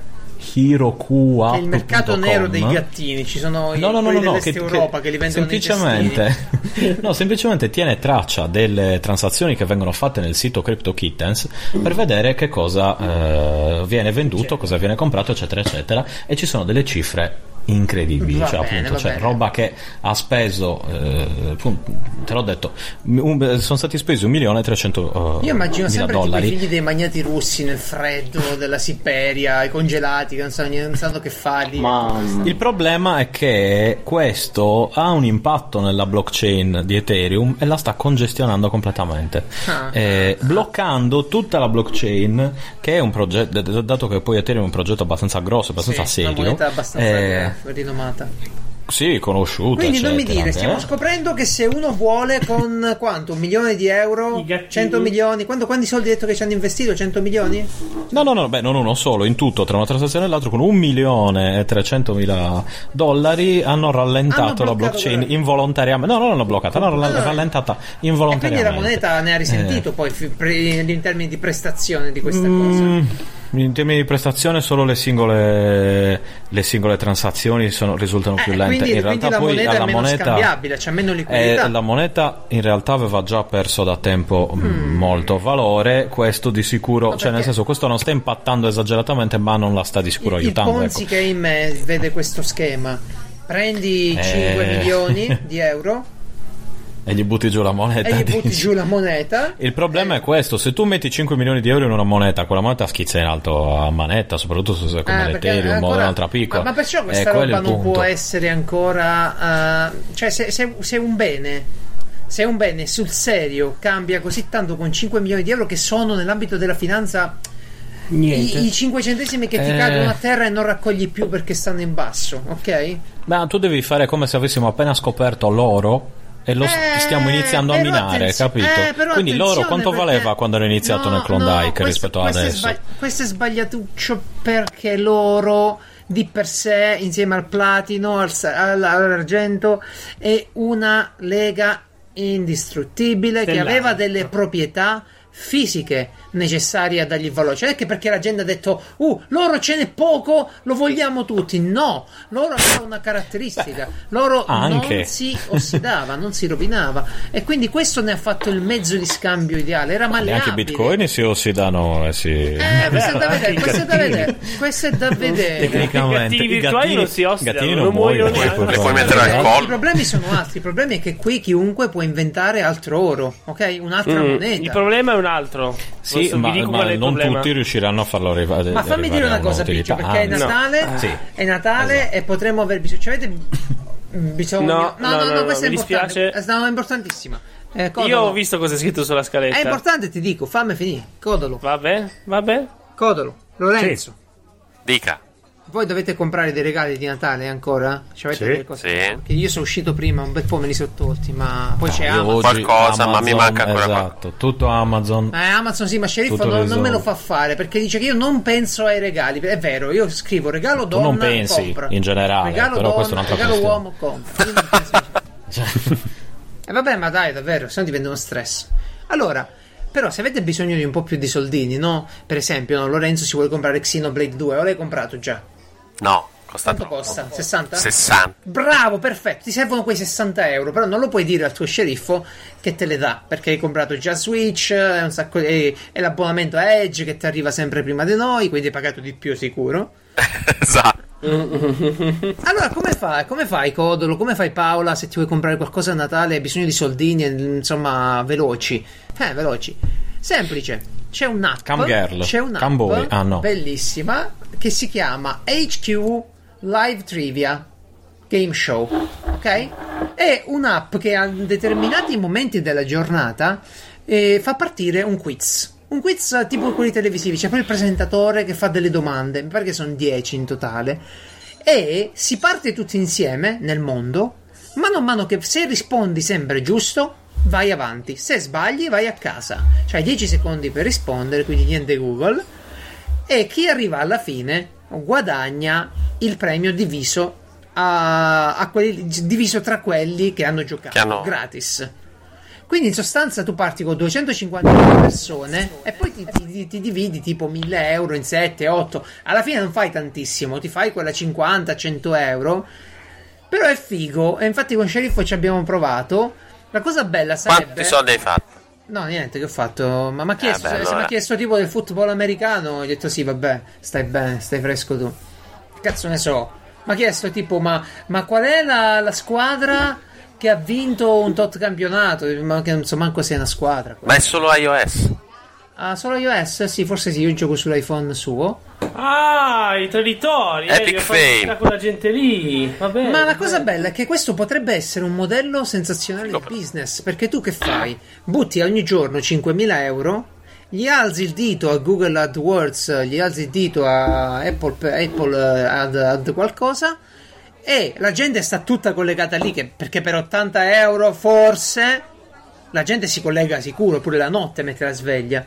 Hirokua, che è il mercato nero dei gattini. Ci sono no, no, no, no, no, che, Europa che, che li vendono semplicemente no, semplicemente tiene traccia delle transazioni che vengono fatte nel sito CryptoKittens per vedere che cosa eh, viene venduto, certo. cosa viene comprato, eccetera eccetera, e ci sono delle cifre incredibili, va cioè bene, appunto cioè, roba che ha speso eh, te l'ho detto un, sono stati spesi un milione e trecento io immagino sempre dollari. Tipo i figli dei magnati russi nel freddo della Siberia, i congelati che non sanno, non sanno che farli. Ma il problema è che questo ha un impatto nella blockchain di Ethereum e la sta congestionando completamente, ah, eh, ah, bloccando tutta la blockchain, che è un progetto, dato che poi Ethereum è un progetto abbastanza grosso, abbastanza sì, serio, una moneta abbastanza eh, rinomata. Sì, conosciuta. Quindi eccetera, non mi dire, stiamo eh? scoprendo che se uno vuole con quanto? Un milione di euro? cento milioni? Quanto, quanti soldi hai detto che ci hanno investito? cento milioni? No, no, no, beh, non uno solo, in tutto, tra una transazione e l'altra, con un milione e trecentomila dollari hanno rallentato hanno la blockchain quella... involontariamente. No, no, non l'hanno bloccata, l'hanno allora, rallentata involontariamente. E quindi la moneta ne ha risentito eh. poi in termini di prestazione di questa mm. cosa. In termini di prestazione solo le singole le singole transazioni sono, risultano più eh, lente. Quindi, in realtà la poi moneta alla è meno moneta scambiabile, c'è meno liquidità. Eh, la moneta in realtà aveva già perso da tempo mm. molto valore, questo di sicuro, no, cioè nel senso questo non sta impattando esageratamente, ma non la sta di sicuro il, aiutando. Il Ponzi ecco. che in me vede questo schema, prendi cinque eh. milioni di euro e gli butti giù la moneta. E gli butti giù la moneta. Il problema eh. è questo: se tu metti cinque milioni di euro in una moneta, quella moneta schizza in alto a manetta, soprattutto se come ah, l'Ethereum o un'altra piccola. Ma, ma perciò questa eh, roba non può essere ancora uh, cioè se, se, se un bene se un bene sul serio cambia così tanto con cinque milioni di euro, che sono nell'ambito della finanza niente, i, i cinque centesimi che ti Eh. cadono a terra e non raccogli più perché stanno in basso, ok? Ma tu devi fare come se avessimo appena scoperto l'oro e lo s- Eh, stiamo iniziando a però minare, attenzio- capito? eh, però Quindi l'oro attenzione, quanto perché- valeva quando era iniziato No, nel Klondike no, questo- rispetto ad questo è adesso? sbagli- questo è sbagliatuccio, perché l'oro di per sé, insieme al platino, al sa- all- all'argento, è una lega indistruttibile che Stellare. aveva delle proprietà fisiche necessarie a dargli valore. Cioè, non è che perché la gente ha detto uh, l'oro ce n'è poco, lo vogliamo tutti. No, l'oro aveva una caratteristica: l'oro anche. non si ossidava, non si rovinava, e quindi questo ne ha fatto il mezzo di scambio ideale. Era malleabile. Neanche i bitcoin si ossidano e si... Eh, questo è da vero, vedere, anche i questo è da gattini. vedere, questo è da vedere. Tecnicamente I gattini virtuali non si ossidano, gattini non non muoiono, muoiono neanche. Le puoi mettere al I collo. problemi sono altri. Il problema è che qui chiunque può inventare altro oro, ok? Un'altra Mm, moneta. il problema è un altro. Sì, Adesso vi ma, dico ma qual è il non problema. tutti riusciranno a farlo arrivare. Ma fammi dire una cosa, Piccio, perché è Ah, Natale, no. Sì. è Natale Esatto. e potremmo aver bisogno. Cioè, avete bisogno? No, no, no, no, questa mi è importante. dispiace. È stata importantissima. Eh, Codolo. Io ho visto cosa è scritto sulla scaletta. È importante, ti dico, fammi finire. Codolo, Vabbè, vabbè. Codolo, Lorenzo. Dica. Voi dovete comprare dei regali di Natale ancora? Cioè, avete Sì. delle cose? Sì. Perché io sono uscito prima, un bel po' me li sono tolti, ma poi c'è Io Amazon. oggi Qualcosa, ma mi Amazon, manca ancora esatto, tutto Amazon. Eh, Amazon sì, ma Sceriffo Tutto non, non me lo risolto. fa fare, perché dice che io non penso ai regali. È vero, io scrivo regalo Tu donna, non pensi, compra. in generale, regalo però donna, questa è un'altra regalo questione. uomo, compra. Io non penso- E vabbè, ma dai, davvero, se no diventa uno stress. Allora, però se avete bisogno di un po' più di soldini, no? Per esempio, no, Lorenzo si vuole comprare Xenoblade due, o l'hai comprato già? No, costa Quanto troppo. costa? sessanta? sessanta. Bravo, perfetto, ti servono quei sessanta euro, però non lo puoi dire al tuo sceriffo che te le dà, perché hai comprato già Switch, è, un sacco, è, è l'abbonamento a Edge che ti arriva sempre prima di noi, quindi hai pagato di più sicuro. Esatto. Allora, come fai? Come fai, Codolo? Come fai, Paola, se ti vuoi comprare qualcosa a Natale e hai bisogno di soldini, insomma, veloci? Eh, veloci. Semplice. C'è un'app. Camgirl. C'è un'app Camboy. Ah, no. bellissima che si chiama H Q Live Trivia Game Show. Ok? È un'app che a determinati momenti della giornata eh, fa partire un quiz. Un quiz tipo quelli televisivi. C'è poi il presentatore che fa delle domande. Mi pare che sono dieci in totale. E si parte tutti insieme nel mondo. Mano a mano che se rispondi sempre giusto, vai avanti. Se sbagli, vai a casa. Cioè dieci secondi per rispondere, quindi niente Google. E chi arriva alla fine guadagna il premio diviso a, a quelli, diviso tra quelli che hanno giocato Che hanno- gratis. Quindi in sostanza tu parti con duecentocinquanta persone e poi ti, ti- ti dividi tipo mille euro in sette, otto. Alla fine non fai tantissimo, ti fai quella cinquanta cento euro. Però è figo, e infatti con Sceriffo ci abbiamo provato. La cosa bella sarebbe... Quanti soldi hai fatto? No, niente, che ho fatto? Ma mi ha chiesto, Eh, beh, se- se allora. mi ha chiesto tipo del football americano, ho detto sì, vabbè, stai bene, stai fresco tu. Che cazzo ne so? Mi ha chiesto tipo, ma, ma qual è la, la squadra che ha vinto un tot campionato? Ma che non so manco se è una squadra. Ma è solo iOS. Ah, solo iOS? Sì, forse sì, io gioco sull'iPhone suo. Ah, i traditori. Epic eh, fail. fa quella gente lì. Va bene, Ma la va cosa bene. bella è che questo potrebbe essere un modello sensazionale di business, perché tu che fai? Butti ogni giorno cinquemila euro, gli alzi il dito a Google AdWords, gli alzi il dito a Apple, Apple eh, ad, ad qualcosa, e la gente sta tutta collegata lì, che, perché per ottanta euro forse la gente si collega sicuro, pure la notte mette la sveglia.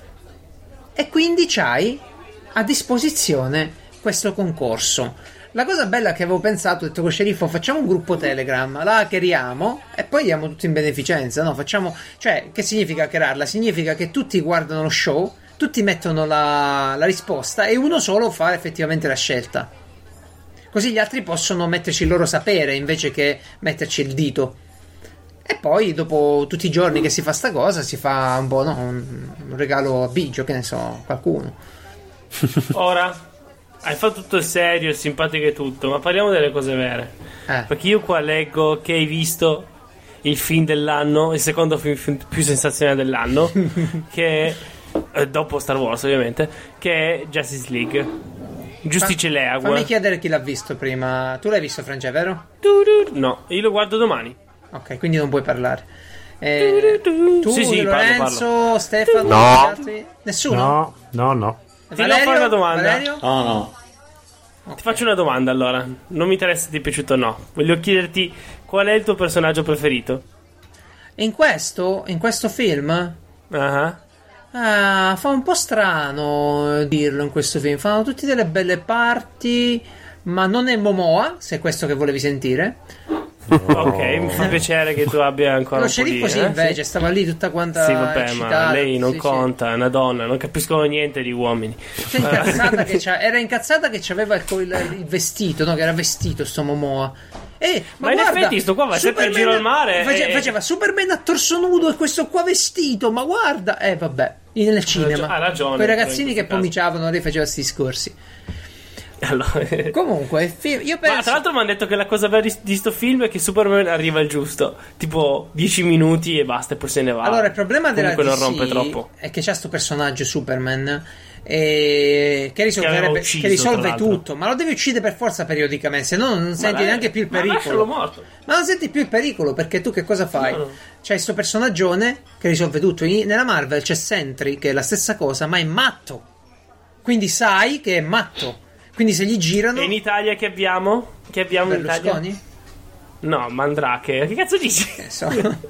E quindi c'hai a disposizione questo concorso. La cosa bella che avevo pensato, ho detto con Sceriffo, facciamo un gruppo Telegram, la hackeriamo e poi diamo tutto in beneficenza, no? Facciamo, cioè, che significa hackerarla? Significa che tutti guardano lo show, tutti mettono la, la risposta e uno solo fa effettivamente la scelta. Così gli altri possono metterci il loro sapere invece che metterci il dito. E poi dopo tutti i giorni che si fa sta cosa si fa un po', no, un, un regalo a Biggio, che ne so, qualcuno. Ora, hai fatto tutto il serio, il simpatico e tutto, ma parliamo delle cose vere. Eh. Perché io qua leggo che hai visto il film dell'anno, il secondo film, film più sensazionale dell'anno, che eh, dopo Star Wars ovviamente, che è Justice League. Giustice Fa- League. Fammi chiedere chi l'ha visto prima. Tu l'hai visto, Francia, vero? No, io lo guardo domani. Ok, quindi non puoi parlare. Eh, tu, Sì, sì, Lorenzo, parlo, parlo. Stefano, No. gli altri? Nessuno? No, no, no. Ti devo fare una domanda. Valerio? No, no. Ti faccio una domanda allora. Non mi interessa se ti è piaciuto o no. Voglio chiederti qual è il tuo personaggio preferito. In questo, in questo film? Ah, Ah, fa un po' strano dirlo in questo film. Fanno tutte delle belle parti, ma non è Momoa, se è questo che volevi sentire. ok, mi fa piacere che tu abbia ancora Lo un po' di... sceriffo sì, eh? invece, stava lì tutta quanta Sì, vabbè, eccitata. ma lei non Sì, conta, è una donna, non capiscono niente di uomini. sì. Cioè, incazzata che c'ha- era incazzata che c'aveva il, il- il vestito, no? Che era vestito sto Momoa. Eh, ma, Ma in guarda, effetti sto qua va sempre in Superman- giro al mare face- e- Faceva Superman a torso nudo e questo qua vestito, ma guarda. Eh, vabbè, nel cinema. ha ragione, Quei però, ragazzini in che questo pomiciavano, lei faceva sti discorsi. Allora... Comunque, il film, io penso... Ma tra l'altro mi hanno detto che la cosa bella di, di sto film è che Superman arriva il giusto, tipo dieci minuti e basta e poi se ne va. Allora, il problema della Comunque D non C rompe troppo. è che c'ha sto personaggio Superman eh, che, risolverebbe- aveva che, ucciso, risolve tra l'altro. tutto, ma lo devi uccidere per forza periodicamente, se no non senti dai, neanche più il ma lascialo pericolo. morto. Ma non senti più il pericolo, perché tu che cosa fai? No, no. C'hai sto personaggione che risolve tutto. In- nella Marvel c'è Sentry che è la stessa cosa, ma è matto. Quindi sai che è matto. Quindi se gli girano... E in Italia che abbiamo? Che abbiamo in Italia? Berlusconi? No, Mandrake. Che cazzo dici? Eh, so.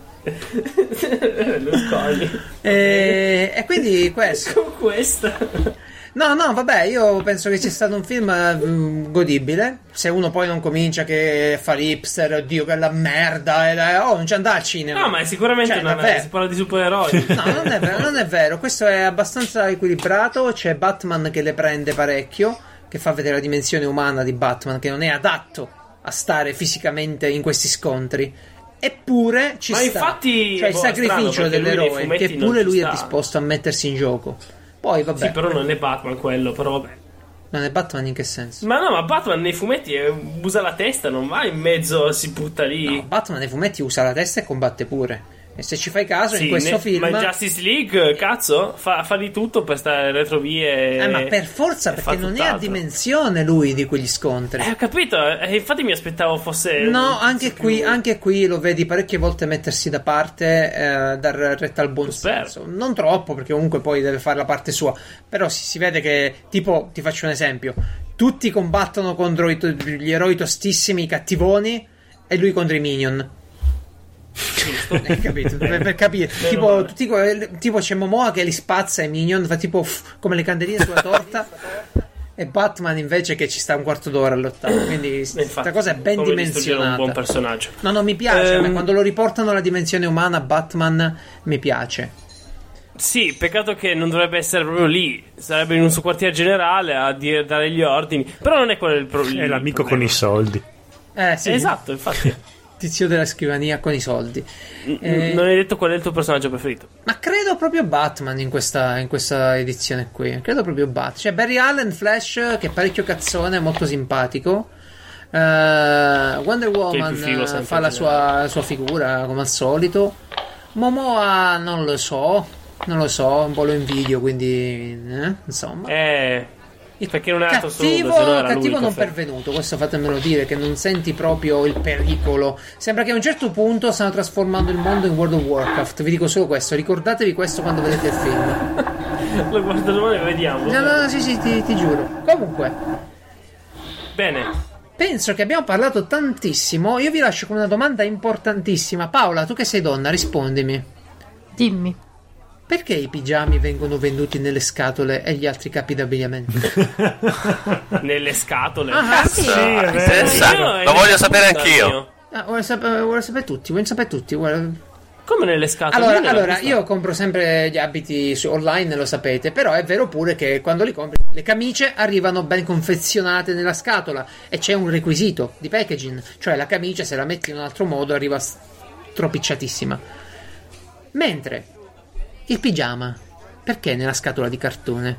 Berlusconi. e, e quindi questo... Con questa. No, no, vabbè, io penso che sia stato un film mm, godibile. Se uno poi non comincia che fa l'hipster, oddio, che è la merda, e la- oh, non c'è andare al cinema. No, ma è sicuramente Cioè, una davvero. si parla di supereroi. No, non è vero, non è vero. Questo è abbastanza equilibrato. C'è Batman che le prende parecchio, che fa vedere la dimensione umana di Batman, che non è adatto a stare fisicamente in questi scontri. Eppure ci Ma sta. infatti, Cioè il boh, è sacrificio strano, perché lui nei dell'eroe, fumetti che non pure ci lui è sta. disposto a mettersi in gioco. Poi vabbè, Sì, però non è Batman quello, però vabbè. non è Batman in che senso? Ma no, ma Batman nei fumetti eh, usa la testa, non va in mezzo, si butta lì. No, Batman nei fumetti usa la testa e combatte pure. E se ci fai caso, Sì, in questo ne- film. Ma in Justice League, cazzo, fa, fa di tutto per stare retrovie. Eh, ma per forza, e perché fa non è a tutt'altro. dimensione lui di quegli scontri. Eh, ho capito, eh, infatti mi aspettavo fosse. No, un- anche più- qui, anche qui lo vedi parecchie volte mettersi da parte, eh, dar retta al buon Lo spero. senso. Non troppo, perché comunque poi deve fare la parte sua. Però si, si vede che, tipo, ti faccio un esempio: tutti combattono contro i to- gli eroi tostissimi, i cattivoni, e lui contro i minion. Hai capito? Per, per capire, tipo, tutti que- tipo c'è Momoa che li spazza i minion, fa tipo uff, come le candeline sulla torta. E Batman invece che ci sta un quarto d'ora a lottare. Quindi Eh, questa infatti, cosa è ben come distruggere dimensionata. un buon personaggio. No, no, mi piace. a me Ehm. quando lo riportano alla dimensione umana, Batman mi piace. Sì, peccato che non dovrebbe essere proprio lì. Sarebbe in un suo quartier generale a dire, dare gli ordini. Però non è quello il, pro- il È l'amico problema. con i soldi. Eh sì, Esatto, infatti. tizio della scrivania con i soldi. Eh, Non hai detto qual è il tuo personaggio preferito. Ma credo proprio Batman in questa, in questa edizione qui. Credo proprio Batman. C'è Barry Allen, Flash, che è parecchio cazzone, è molto simpatico. Eh, Wonder Woman più figo eh, sempre fa la in sua, la sua figura come al solito. Momoa non lo so. Non lo so, un po' lo invidio, quindi eh, insomma. Eh, perché non è nato Cattivo, solo, se no era cattivo lui, non caffè. pervenuto, questo fatemelo dire, che non senti proprio il pericolo. Sembra che a un certo punto stanno trasformando il mondo in World of Warcraft. Vi dico solo questo, ricordatevi questo quando vedete il film. Lo guardo domani e vediamo. No, no, no, sì, sì, ti, ti giuro. Comunque, Bene. penso che abbiamo parlato tantissimo. Io vi lascio con una domanda importantissima. Paola, tu che sei donna, rispondimi. Dimmi. Perché i pigiami vengono venduti nelle scatole e gli altri capi d'abbigliamento? Nelle scatole. Ah, sì. è vero. Interessante. Io- Lo voglio sapere io- anch'io. Ah, vuole sapere, vuole sapere tutti, vogliono sapere tutti. vuole- Come nelle scatole? Allora, Io nella allora busta. io compro sempre gli abiti su online, lo sapete, però è vero pure che quando li compri le camicie arrivano ben confezionate nella scatola e c'è un requisito di packaging, cioè la camicia se la metti in un altro modo arriva stropicciatissima. Mentre il pigiama, perché nella scatola di cartone?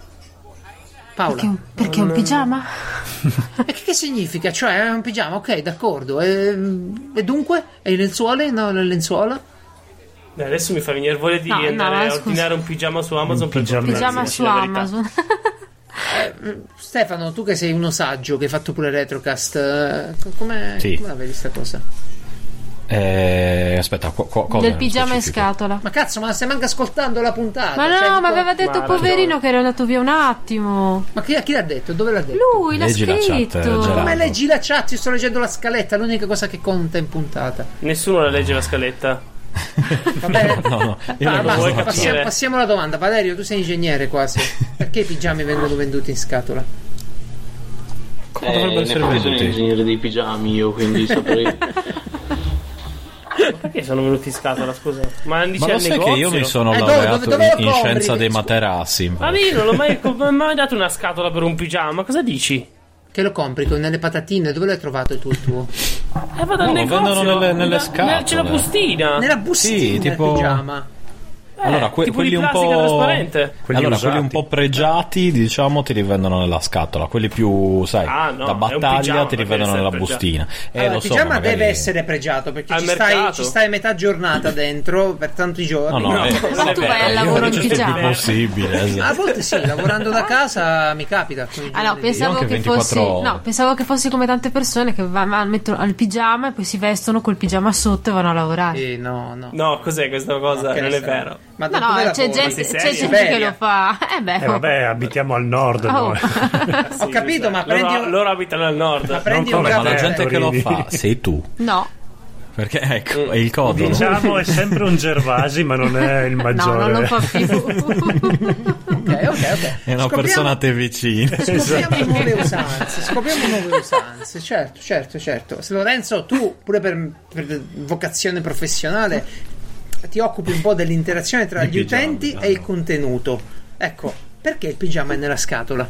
Paola, Perché, un- perché un pigiama? e che, che significa? Cioè è un pigiama, ok, d'accordo, e, e dunque? E i lenzuoli? No, le lenzuola? Beh, adesso mi fa venire voglia di No, no, andare a scusa. ordinare un pigiama su Amazon Un per pigiama. portarsi, Pigiama dici su la verità. Amazon. Eh, Stefano, tu che sei uno saggio, che hai fatto pure Retrocast, eh, come, Sì. come la vedi sta cosa? Eh, aspetta, co- co- cosa Del pigiama in specifico? scatola. Ma cazzo, ma stai manca ascoltando la puntata? Ma no, Cioè, ma tipo- aveva detto Ma poverino che era andato via un attimo. Ma chi, chi l'ha detto? Dove l'ha detto? Lui l'ha Leggi la chat, scritto. Gerardo. Come leggi la chat? Io sto leggendo la scaletta, l'unica cosa che conta in puntata. Nessuno la legge la scaletta. Va bene? No, no, io Ah, non basta, lo so. capire. passiamo, passiamo alla domanda. Valerio, tu sei ingegnere quasi. Perché i pigiami vengono venduti in scatola? Come Eh, dovrebbero in essere effetti sono venduti? ingegnere dei pigiami io, quindi saprei. Perché sono venuti in scatola, scusa? Ma dice Ma lo al sai negozio? che io mi sono Eh, dove- laureato dove- dove in, lo in compri? scienza dei Scusa. materassi. Ma infatti. io non l'ho mai, non ho mai dato una scatola per un pigiama. Cosa dici? Che lo compri con nelle patatine? Dove l'hai trovato tu il tuo? Eh, vado al No, lo negozio. vendono nelle- nelle Da- scatole. C'è la bustina. Nella bustina Sì, tipo- il pigiama. Eh, Allora, que- tipo quelli di un plastica po'. trasparente. Quelli allora, usati. quelli un po' pregiati, diciamo, ti rivendono nella scatola. Quelli più, sai, Ah, no, da è un battaglia pigiama, ti perché rivendono deve nella essere bustina. Eh, Allora, lo il so, pigiama magari- deve essere pregiato perché Al ci stai, mercato? ci stai metà giornata dentro per tanti No, giorni. no, No, eh, non Ma è tu vero. vai al io lavoro in faccio il più pigiama. possibile, A esatto. volte sì, lavorando da casa mi capita. alcuni Ah no, giorni. pensavo anche che ventiquattro fossi ore. no, pensavo che fossi come tante persone che va- va- mettono al pigiama e poi si vestono col pigiama sotto e vanno a lavorare. Sì, no, no. No, cos'è questa cosa? Che non ne è sai? vero. Ma No, dove no, c'è lavori? gente, sei c'è serio? gente che Siberia. lo fa. Eh beh, Eh vabbè, abitiamo al nord oh. noi. Ho capito, ma Loro, prendi un- loro abitano al nord. Ma prendi Non un come Ma la caffè. gente che lo Torini. fa sei tu. No, Perché ecco, è il codolo. Diciamo è sempre un Gervasi, ma non è il no, maggiore. non lo fa più. Ok, ok, ok. È una Scopriamo- persona a te vicina. Scopriamo nuove usanze, scopriamo nuove usanze, certo, certo, certo. Se Lorenzo, tu pure per, per vocazione professionale ti occupi un po' dell'interazione tra Di gli pigiama, utenti no. e il contenuto. Ecco, perché il pigiama è nella scatola?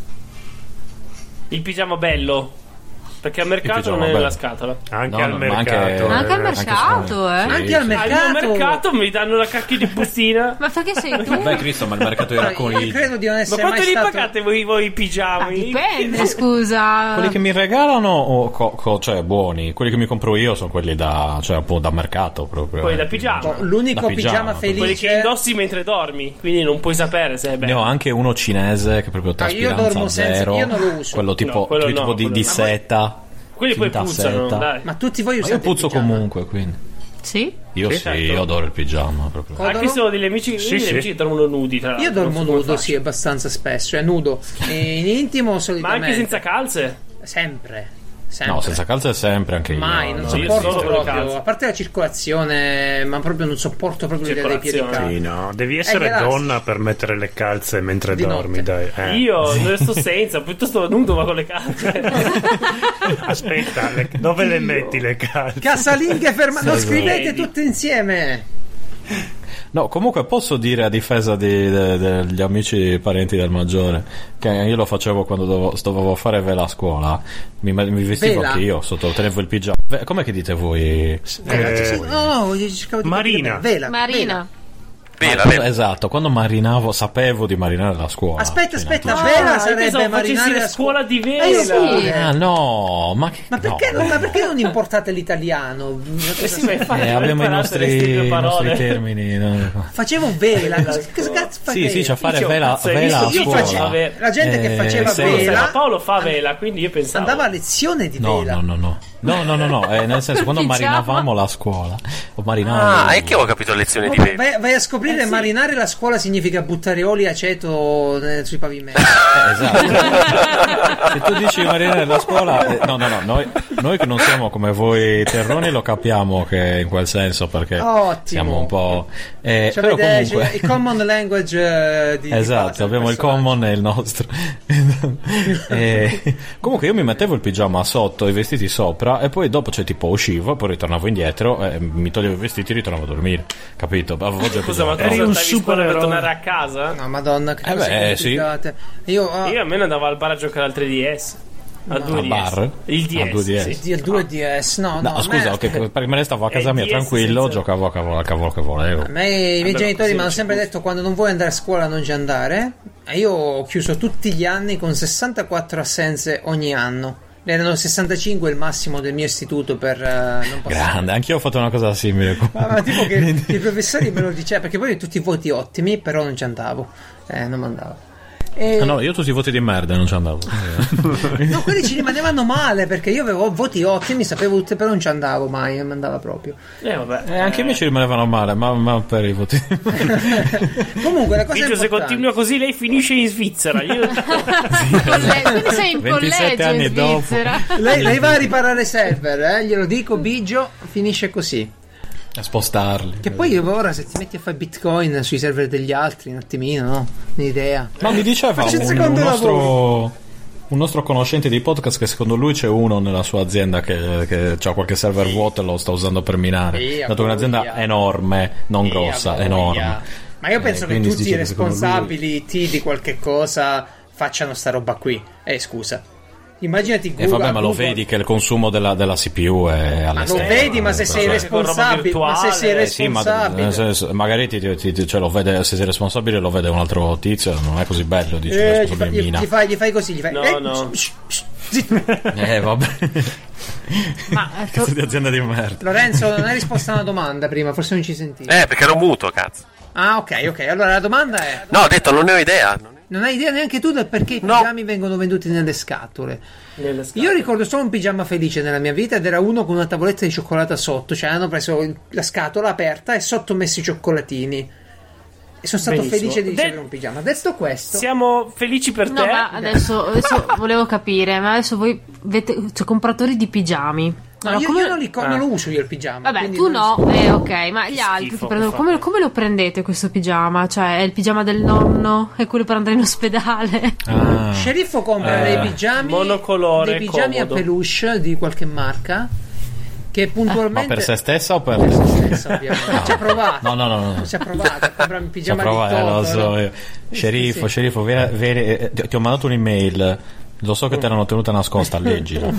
Il pigiama bello. Perché al mercato pigiama non è bello. nella scatola. Anche No, al no, ma anche- mercato. Anche al eh. mercato, eh. Sì, Anche al sì. mercato. Al mio mercato mi danno la cacchio di bustina. Ma perché sei tu? Beh, Cristo, ma il mercato dei Allora, io racconti. credo di non Ma essere quanto mai li stato... pagate voi, voi i Ah, pigiami? dipende, scusa. Quelli che mi regalano, o co- co- cioè buoni, quelli che mi compro io sono quelli da, cioè appunto da mercato proprio. Quelli eh. da pigiama. L'unico Da pigiama, pigiama proprio. Quelli che felice... indossi mentre dormi. Quindi non puoi sapere se è Ne bello. ho anche uno cinese che è proprio Ah, io traspiranza dormo senza- zero. io non lo uso. Quello tipo, No, quello tipo no, di, quello di no. seta. Quelli poi finta puzzano, seta. dai. Ma tutti voi Ma usate io puzzo il pigiama? comunque, quindi. Sì? Io Sì, sì, certo. io adoro il pigiama proprio. Codolo? Anche sono degli amici, Sì, degli sì. amici che dormono nudi. Tra l'altro. Io dormo Non so come nudo, faccio. sì, abbastanza spesso, cioè nudo. E in intimo Ma solitamente. anche senza calze. Sempre. Sempre. No, senza calze sempre anche io. Mai, non no. Io sopporto solo con le proprio. calze. A parte la circolazione, ma proprio non sopporto proprio l'idea dei piedi Circolazione. caldi. Sì, no, devi essere Eh, grazie. donna per mettere le calze mentre Di dormi, notte. dai. eh. Io non sto senza, piuttosto nudo ma con le calze. Aspetta, le- dove le metti le calze? Casalinghe ferma, non Sì, scrivete vedi. tutte insieme. No, comunque posso dire a difesa di- de- degli amici e parenti del maggiore che io lo facevo quando dovevo, dovevo fare vela a scuola. Mi, mi vestivo Vela? anche io, sotto, tenevo il pigiama. Ve- com'è che dite voi? Eh, Sì, no, no, io cercavo di Marina. capire. Vela, Marina. Vela, Quando- vela. esatto, quando marinavo sapevo di marinare la scuola. Aspetta, Cioè, in aspetta, anticipo. vela Ah, sarebbe pensavo marinare facessi la la scuola di vela. Eh sì. Ah, no, ma che Ma perché, no. non, ma perché non importate l'italiano? Eh sì, ma infatti Eh, non abbiamo i imparate nostri, le stesse i nostri parole. termini. no? Facevo vela. Cosa, cosa cazzo Sì, facevi? sì, c'è a fare Io vela, cazzo, hai vela visto? a Io scuola. facevo Vabbè. la gente che Eh, faceva sì. vela Ma Paolo fa vela, quindi io pensavo. andava a lezione di No, vela. no, no, no. No, no, no, no, eh, nel senso quando Pigiama. marinavamo la scuola. O marinavo. Ah, e che ho capito lezione di vela. Vai, vai a scoprire Eh sì. marinare la scuola significa buttare oli e aceto eh, sui pavimenti. Eh, esatto. Se tu dici marinare la scuola, eh, no, no, no, noi, noi che non siamo come voi terroni lo capiamo che in quel senso perché Ottimo. siamo un po'. Eh, Cioè, però vede, comunque. c'è il common language eh, di di Esatto, base, abbiamo il personaggio. common e il nostro. E, comunque io mi mettevo il pigiama sotto e i vestiti sopra e poi dopo cioè tipo uscivo e poi ritornavo indietro e mi toglievo i vestiti e ritornavo a dormire, capito? Avevo già il Scusa, ma pigiama tu Eri un saltavi scuola per supereroe. tornare a casa? No, madonna, che Eh cose beh, sì. complicate. Io, ah, Io almeno andavo al bar a giocare al tre D S. Al due Al D S. bar? Il D S. Al due D S. sì. il due D S, no, no, No, a scusa, me- ok, perché me ne stavo a casa Eh, mia D S tranquillo, senza- giocavo a cavolo, a cavolo che volevo. A me i miei Vabbè, genitori così mi hanno ci sempre può. detto quando non vuoi andare a scuola non ci andare. E io ho chiuso tutti gli anni con sessantaquattro assenze ogni anno. Erano sessantacinque il massimo del mio istituto per eh, non passare. Grande, anch'io ho fatto una cosa simile. Ma, ma tipo che i professori me lo dicevano perché poi tutti i voti ottimi, però non ci andavo. Eh, non mandavo. E... Ah, no, io tutti i voti di merda non ci andavo. No, quelli ci rimanevano male perché io avevo voti ottimi, sapevo tutte, però non ci andavo mai, non mi andava proprio. Eh, vabbè. Eh, anche a me ci rimanevano male, ma, ma per i voti. Comunque la cosa Biggio, se continua così lei finisce in Svizzera. Io... Quindi sei in collegio anni in Svizzera. lei, lei va a riparare server, eh? Glielo dico, Biggio, finisce così. A spostarli. Che poi ora se ti metti a fare bitcoin sui server degli altri un attimino, no? Un'idea. Ma mi diceva Faccio il un, secondo un nostro lavoro. un nostro conoscente di podcast che secondo lui c'è uno nella sua azienda che, che ha qualche server vuoto e lo sta usando per minare. Sì, dato che è un'azienda enorme, non Sì, grossa, voglia. enorme. Ma io penso Eh, che quindi si tutti i dice che secondo responsabili T di qualche cosa facciano sta roba qui. Eh, scusa. Immaginati Google, E vabbè, ma lo Google. vedi che il consumo della, della C P U è alle Ma lo stelle. vedi, ma se Eh, sei cioè, responsabile, ma se sei Eh sì, ma responsabile, nel senso, magari ti, ti, ti- cioè, lo vede, se sei responsabile lo vede un altro tizio, non è così bello, dici, eh, gli, responsabile fai, gli, mina. gli fai, gli fai così, gli fai. No, eh, no. shh, shh, zitto. Eh vabbè. Ma eh, Cazzo di azienda di merda. Lorenzo, non hai risposto a una domanda prima, forse non ci sentivi. Eh, perché ero muto, cazzo. Ah, ok, ok. Allora la domanda è: No, ho detto, non ne ho idea. non hai idea neanche tu del perché i No. pigiami vengono venduti nelle scatole? Nelle scatole. Io ricordo solo un pigiama felice nella mia vita ed era uno con una tavoletta di cioccolata sotto, cioè hanno preso la scatola aperta e sotto messo i cioccolatini. E sono stato Benissimo. felice di ricevere De- un pigiama. Detto questo, Siamo felici per no, te. ma adesso, adesso volevo capire, ma adesso voi avete, cioè, compratori di pigiami. no, Allora, io, come- io non, li co- Ah. non lo uso io il pigiama. Vabbè, quindi tu non so. no, eh, ok, ma gli altri schifo che prendono- che come, fate. come lo prendete questo pigiama? Cioè, è il pigiama del nonno? È quello per andare in ospedale? Ah. Sceriffo compra Eh. dei pigiami Monocolore, dei pigiami comodo. a peluche di qualche marca che puntualmente Ma per se stessa o per per se stessa, ovviamente. Ci ha provato. No, no, no, no. Ci ha provato a comprare un Ci ha pigiama provato, di eh, lo Totoro. so io. Sceriffo, sì. sceriffo, vieni- vieni- eh, ti, ti ho mandato un'email. Lo so che te l'hanno tenuta nascosta, leggila.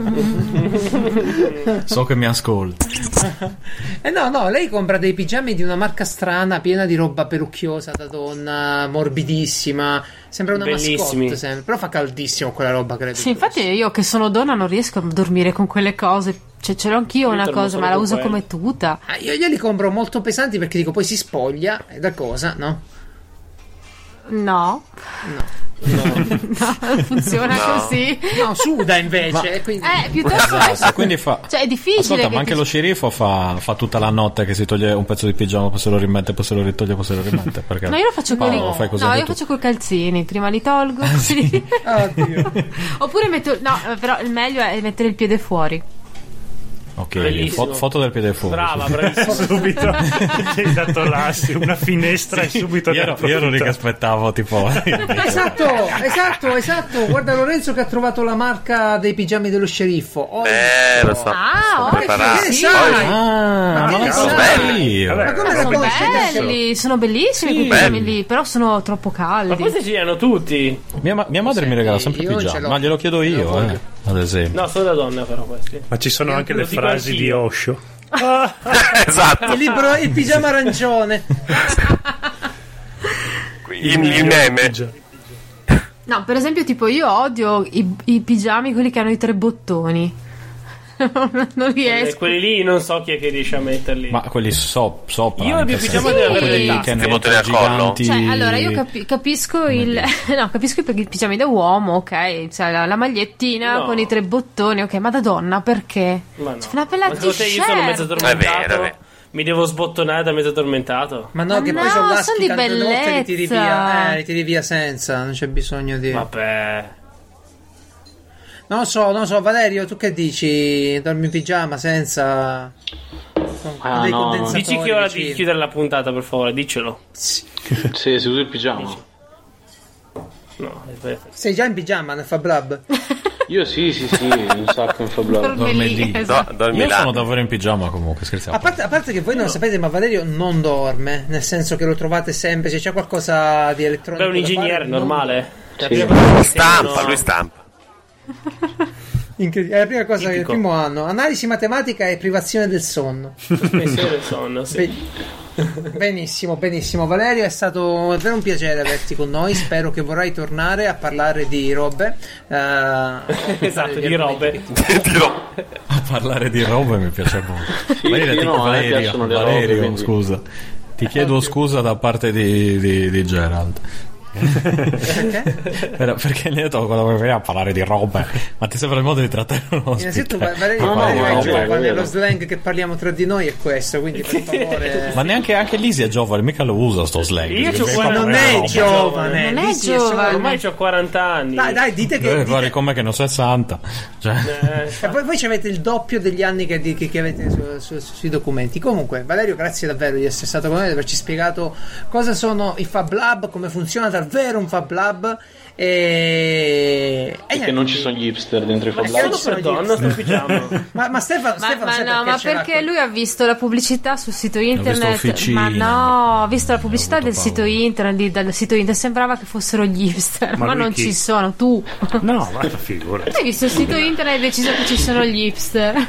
So che mi ascolti. Eh no, no, lei compra dei pigiami di una marca strana, piena di roba perucchiosa da donna, morbidissima. Sembra una Bellissimi. mascotte, sempre. Però fa caldissimo quella roba, credo. Sì, infatti io che sono donna non riesco a dormire con quelle cose. Cioè, ce l'ho anch'io Io una dormo cosa, solo ma la con uso quello. come tuta. Ah, io glieli compro molto pesanti perché dico poi si spoglia. E da cosa? No? No, No. no, non funziona No. così. No, suda invece. Quindi... Eh, piuttosto Esatto, quindi fa. cioè è difficile Ascolta, che ma anche ti- lo sceriffo fa, fa tutta la notte che si toglie un pezzo di pigiama, poi se lo rimette, poi se lo ritoglie, poi se lo rimette. Perché No, io lo faccio con Paolo, i lo fai così No, anche io tu. faccio coi calzini, prima li tolgo. così. Oddio. Oppure metto no, però il meglio è mettere il piede fuori. Ok, Bellissimo. fo- foto del piede fuori. Brava, sì. bravissima. Subito ti hai dato l'assi, una finestra e subito Io ero, io ero lì che aspettavo, tipo. Esatto, esatto, esatto. Guarda Lorenzo che ha trovato la marca dei pigiami dello sceriffo. Oh, Eh, lo so. Ah, sono oggi preparato. che sì. sai? Ah, Ma non che lo ne so sai? io. Vabbè, Ma come la Sono conosci adesso? belli, sono bellissimi quei Belli. pigiami lì, però sono troppo Ma caldi. questi ce li hanno tutti. Mia, ma- mia madre mi regala sempre io ce pigiama, l'ho. ma glielo chiedo Lo io, voglio. eh, ad esempio. No, solo da donne però questi. Ma ci sono Io anche lo le dico frasi anch'io. di Osho. Esatto. Il libro, il pigiama arancione. Il, il meme. No, per esempio, tipo io odio i, i pigiami, quelli che hanno i tre bottoni. non Eh, riesco. quelli lì non so chi è che riesce a metterli. Ma quelli so- sopra. Io il mio anche se- pigiama Sì. deve avere le Sì. tasse. che ne Che bottoni al collo? giganti. Cioè, allora io capi- capisco il no, capisco i pigiami da uomo, ok? Cioè, la, la magliettina No. con i tre bottoni, ok, ma da donna perché? Ma no. C'è una bella Ma secondo te io sono mezzo t-shirt. È vero, addormentato? è vero. Mi devo sbottonare da mezzo addormentato? Ma no, Ma che poi no, sono sono laschi di tante volte li tiri bellezza. via. Eh, li tiri via senza, non c'è bisogno di. Vabbè. Non lo so, non lo so, Valerio, tu che dici? Dormi in pigiama senza. Ah, dei no. condensatori Dici che ora vicini. di chiudere la puntata, per favore, diccelo. Sì, si usa il pigiama. No, aspetta. Sei già in pigiama nel Fab Lab? Io sì, sì, sì, un sacco in Fab Lab. Dorme lì, lì. esatto. Do, dormi Io là. sono davvero in pigiama comunque, scherziamo. A parte, a parte che voi non lo sapete, ma Valerio non dorme, nel senso che lo trovate sempre, se c'è qualcosa di elettronico. Beh, un da ingegnere, fare, non- normale. Sì. La prima cosa che Stampa, sentono- lui stampa. Incredibile. È la prima cosa che il Tipico. primo anno. Analisi matematica e privazione del sonno. Pensiero del sonno, sì. Be- benissimo, benissimo. Valerio, è stato davvero un piacere averti con noi. Spero che vorrai tornare a parlare di robe. eh, Esatto, di robe. Dirò. A parlare di robe mi piace molto. Sì, Valerio, sì, ti- no, a me Valerio, piacciono le robe, Valerio, quindi- scusa. Ti chiedo scusa da parte di, di, di Gerald. Perché? Però, perché gli ho detto quando veniamo a parlare di robe, ma ti sembra il modo di trattare uno Innanzitutto ospite? Valerio, No, no, Valerio no, è no, giovane, vero. lo slang che parliamo tra di noi è questo, quindi per favore. Ma neanche anche Lisi è giovane, mica lo usa sto slang. Io c'ho Perché quaranta non fa è roba. giovane, Non è Lisi solo- giovane. Ormai ho quaranta anni. Dai, dai, dite che Eh, dite- guardi com'è che ne ho sessanta. Cioè, Eh, E poi, poi ci avete il doppio degli anni che, di- che- che avete su- su- su- sui documenti. Comunque, Valerio, grazie davvero di essere stato con noi, di averci spiegato cosa sono i Fab Lab, come funziona davvero un Fab Lab. E, e Perché niente. non ci sono gli hipster dentro i Ma Fab che Lab? non solo per donna sto pigiama. Ma, ma Stefano, Ma, Stefano ma sai no, ma ce l'ha perché con- lui ha visto la pubblicità sul sito internet? officina. Ma no, ha visto la pubblicità Ho avuto del sito paura. internet, di- dal sito internet, sembrava che fossero gli hipster, Ma ma, lui non chi? ci sono, tu. No, ma figurati. Hai visto il sito internet e hai deciso che ci sono gli hipster.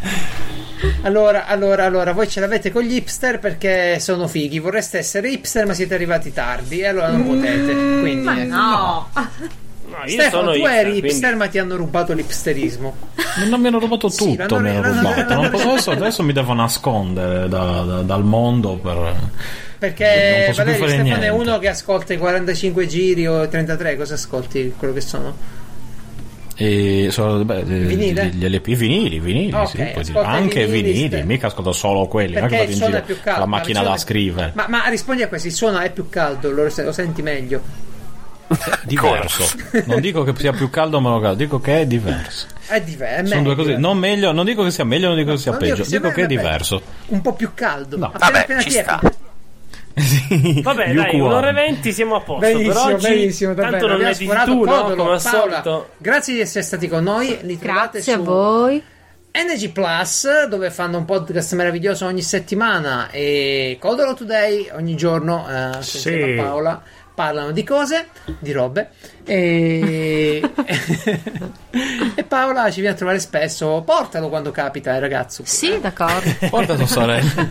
Allora, allora, allora, voi ce l'avete con gli hipster perché sono fighi. Vorreste essere hipster, ma siete arrivati tardi e allora non potete. Quindi, Ma ecco. no. No, io Stefano, sono tu hipster, eri hipster, quindi- ma ti hanno rubato l'hipsterismo. non mi hanno rubato Sì, tutto, l'hanno- mi hanno l'hanno- rubato. l'hanno- Non posso- adesso, adesso mi devo nascondere da- da- dal mondo per. Non Perché posso più Valerio fare Stefano è niente. uno che ascolta i quarantacinque giri o i trentatré. Cosa ascolti? Quello che sono? E sono, beh, Vinile? gli L P vinili, vinili, Ok, sì, poi ascolta i anche vinili, vinili, ste- mica ascolto solo quelli, Perché anche il vado in suono giro è più con caldo. la ma macchina il da suono è- scrivere. Ma, ma rispondi a questo: il suono è più caldo, lo, lo senti meglio? Diverso. Non dico che sia più caldo o meno caldo, dico che è diverso. È diverso. Sono due cose, non meglio, non dico che sia meglio, non dico che sia Non peggio, che sia dico che è meglio, diverso. Un po' più caldo. No. Appena Vabbè, appena ci ti è- sta. Sì, Vabbè, gli dai, uguali. un'ora e venti siamo a posto. Benissimo, per oggi, benissimo, tanto davvero. non Abbiamo è di sforato tu, no? Codolo. Come al Paola, solito. grazie di essere stati con noi. Li trovate Grazie a su voi. N G Plus, dove fanno un podcast meraviglioso ogni settimana, e Codolo Today ogni giorno, eh, Sì. insieme a Paola parlano di cose, di robe, e... e Paola ci viene a trovare spesso. Portalo quando capita, eh, ragazzo. Sì, d'accordo. Porta tua sorella.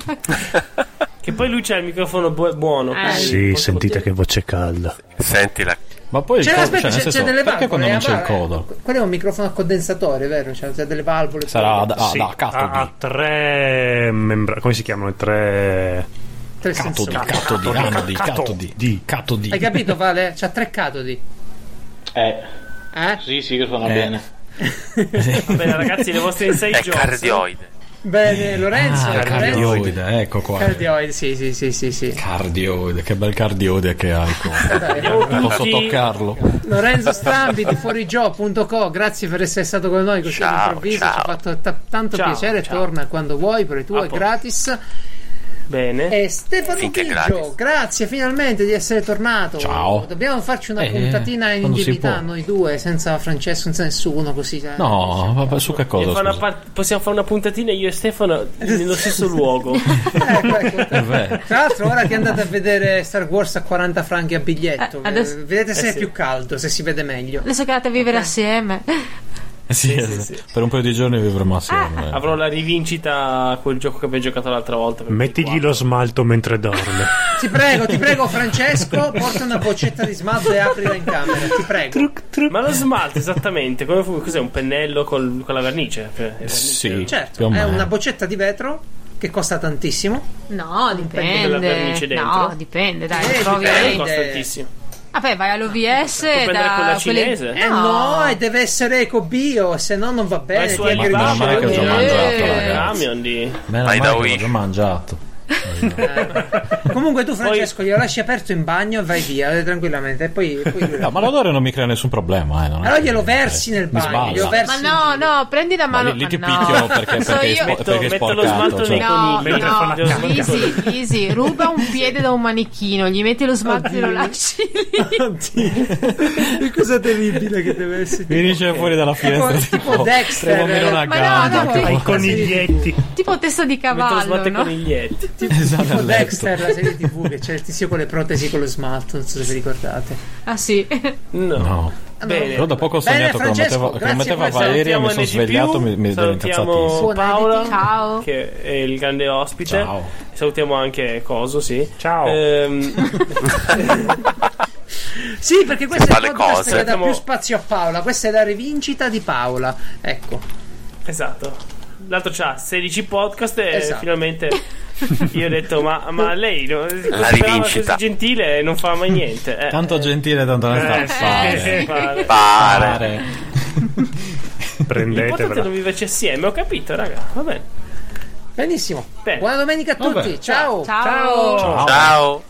Che poi lui c'ha il microfono bu- buono. Eh. quindi Sì, posso- sentite che voce calda. Sentila. Ma poi il C'è, codo, aspetta, cioè, nel c'è, senso, c'è delle perché valvole. quando non eh, c'è il ma- codo? Quello è un microfono a condensatore, vero? C'è, c'è delle valvole. Sarà da, Sì, da ha, catodi. ha tre membra- come si chiamano? Tre Tre Catodi, sensori. catodi, catodi, catodi, di. catodi. Hai capito, Vale? C'ha tre catodi. Eh, Eh? sì, sì, che suona Eh. bene. Va bene, ragazzi, le vostre inside È jokes. cardioide. Bene, Lorenzo. Ah, Lorenzo. cardioide, ecco qua. Cardioide, sì, sì, sì, sì, sì. Cardioide, che bel cardioide che hai qua. Andiamo Posso tutti- toccarlo? Lorenzo Strambi di fuorigio punto co, grazie per essere stato con noi così Ciao, all'improvviso. Ci ha ciao. fatto ta- tanto Ciao, piacere. ciao. Torna quando vuoi, per le tue, A posto. gratis. Bene. E Stefano Finché Biggio, gratis. grazie finalmente di essere tornato. Ciao. Dobbiamo farci una Eh, puntatina in quando si intimità, può. noi due, senza Francesco, senza nessuno, così. eh. No, vabbè, su che cosa? Possiamo fare una scusa? part- possiamo fare una puntatina io e Stefano nello stesso luogo. Ecco, ecco. È vero. Tra l'altro, ora che andate a vedere Star Wars a quaranta franchi a biglietto, Eh, adesso- eh, vedete se eh è sì. più caldo, se si vede meglio. Adesso che andate a vivere Ok. assieme. Sì, esatto. Per un paio di giorni vivremo assieme. Avrò la rivincita a quel gioco che abbiamo giocato l'altra volta. per Mettigli Play lo smalto mentre dorme. Ti prego, ti prego, Francesco, porta una boccetta di smalto e aprila in camera, ti prego. quattro. Ma lo smalto esattamente come fu- cos'è? Un pennello col- con la vernice? Cioè, è vernice. Sì, più Certo, o è meno. una boccetta di vetro che costa tantissimo. No, pezzo della vernice dipende. dentro? No, dipende, dai, Eh, lo trovi dipende. lì. Costa tantissimo. Vabbè, vai all'O V S prendere da quella quelle- cinese? Eh no, e deve essere eco-bio, se no non va bene. Vai su ti Alibaba, Ma- ma non è che ho già Eh. mangiato, la ragazzi. camion di... Meno Vai male da che Wii. l'ho già mangiato. Comunque tu, Francesco, glielo lasci aperto in bagno e vai via eh, tranquillamente. E poi, poi lui- No, ma l'odore non mi crea nessun problema. Eh, non è allora che- glielo versi nel mi bagno. sballa. Glielo versi Ma in no, giro. no, prendi la Ma mano. lì, lì ti ma picchio no. perché, So perché, io- è spo- Metto- perché è metto lo sporcato. smalto nei cioè. No, conigli. Mentre fa la no, cacca. easy, easy, ruba un piede da un manichino, gli metti lo smalto e lo lasci lì. Oddio, che cosa terribile che deve essere. Finisce fuori dalla finestra tipo tipo Dexter. tre uomini in una Ma no, gabbia, no, tipo- I coniglietti. Tipo testa di Metto lo cavallo, smalto ai no? coniglietti. Esatto, Tipo a letto. Dexter, la serie tv che c'è il tizio con le protesi con lo smalto, non so se vi ricordate. Ah sì. No. No. Bene. Però da poco ho Bene, sognato che lo Francesco, metteva, che lo grazie metteva per- Valeria, mi Salutiamo sono N G più, svegliato mi, mi ero salutiamo incazzatissimo. Ciao. Paola, che è il grande ospite. Ciao. Salutiamo anche Coso, sì. Ciao. Ehm, Sì, perché questo Fa è il le podcast cose. che dà Siamo- più spazio a Paola. Questa è la rivincita di Paola. Ecco. esatto. L'altro c'ha sedici podcast e Esatto. finalmente Io ho detto, ma, ma lei no, la rivincita così gentile e non fa mai niente. Eh, tanto gentile, tanto non sta eh, a fare. sì, pare. Pare. L'importante è Prendetevela. non viverci assieme, ho capito, raga. Va bene. Benissimo. Bene. Buona domenica a tutti. Vabbè. Ciao. Ciao. Ciao. Ciao.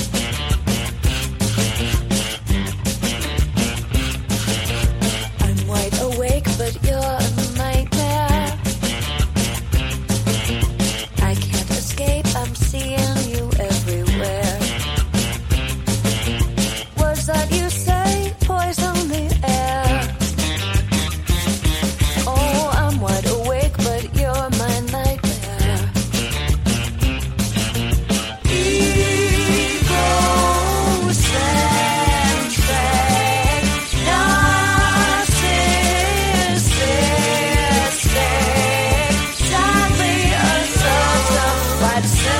I'm wide awake, but you're a nightmare. I can't escape, I'm seeing you everywhere. Words that you say poison the air. Oh, I'm wide awake, but you're my nightmare. Egocentric, narcissistic, sadly a certified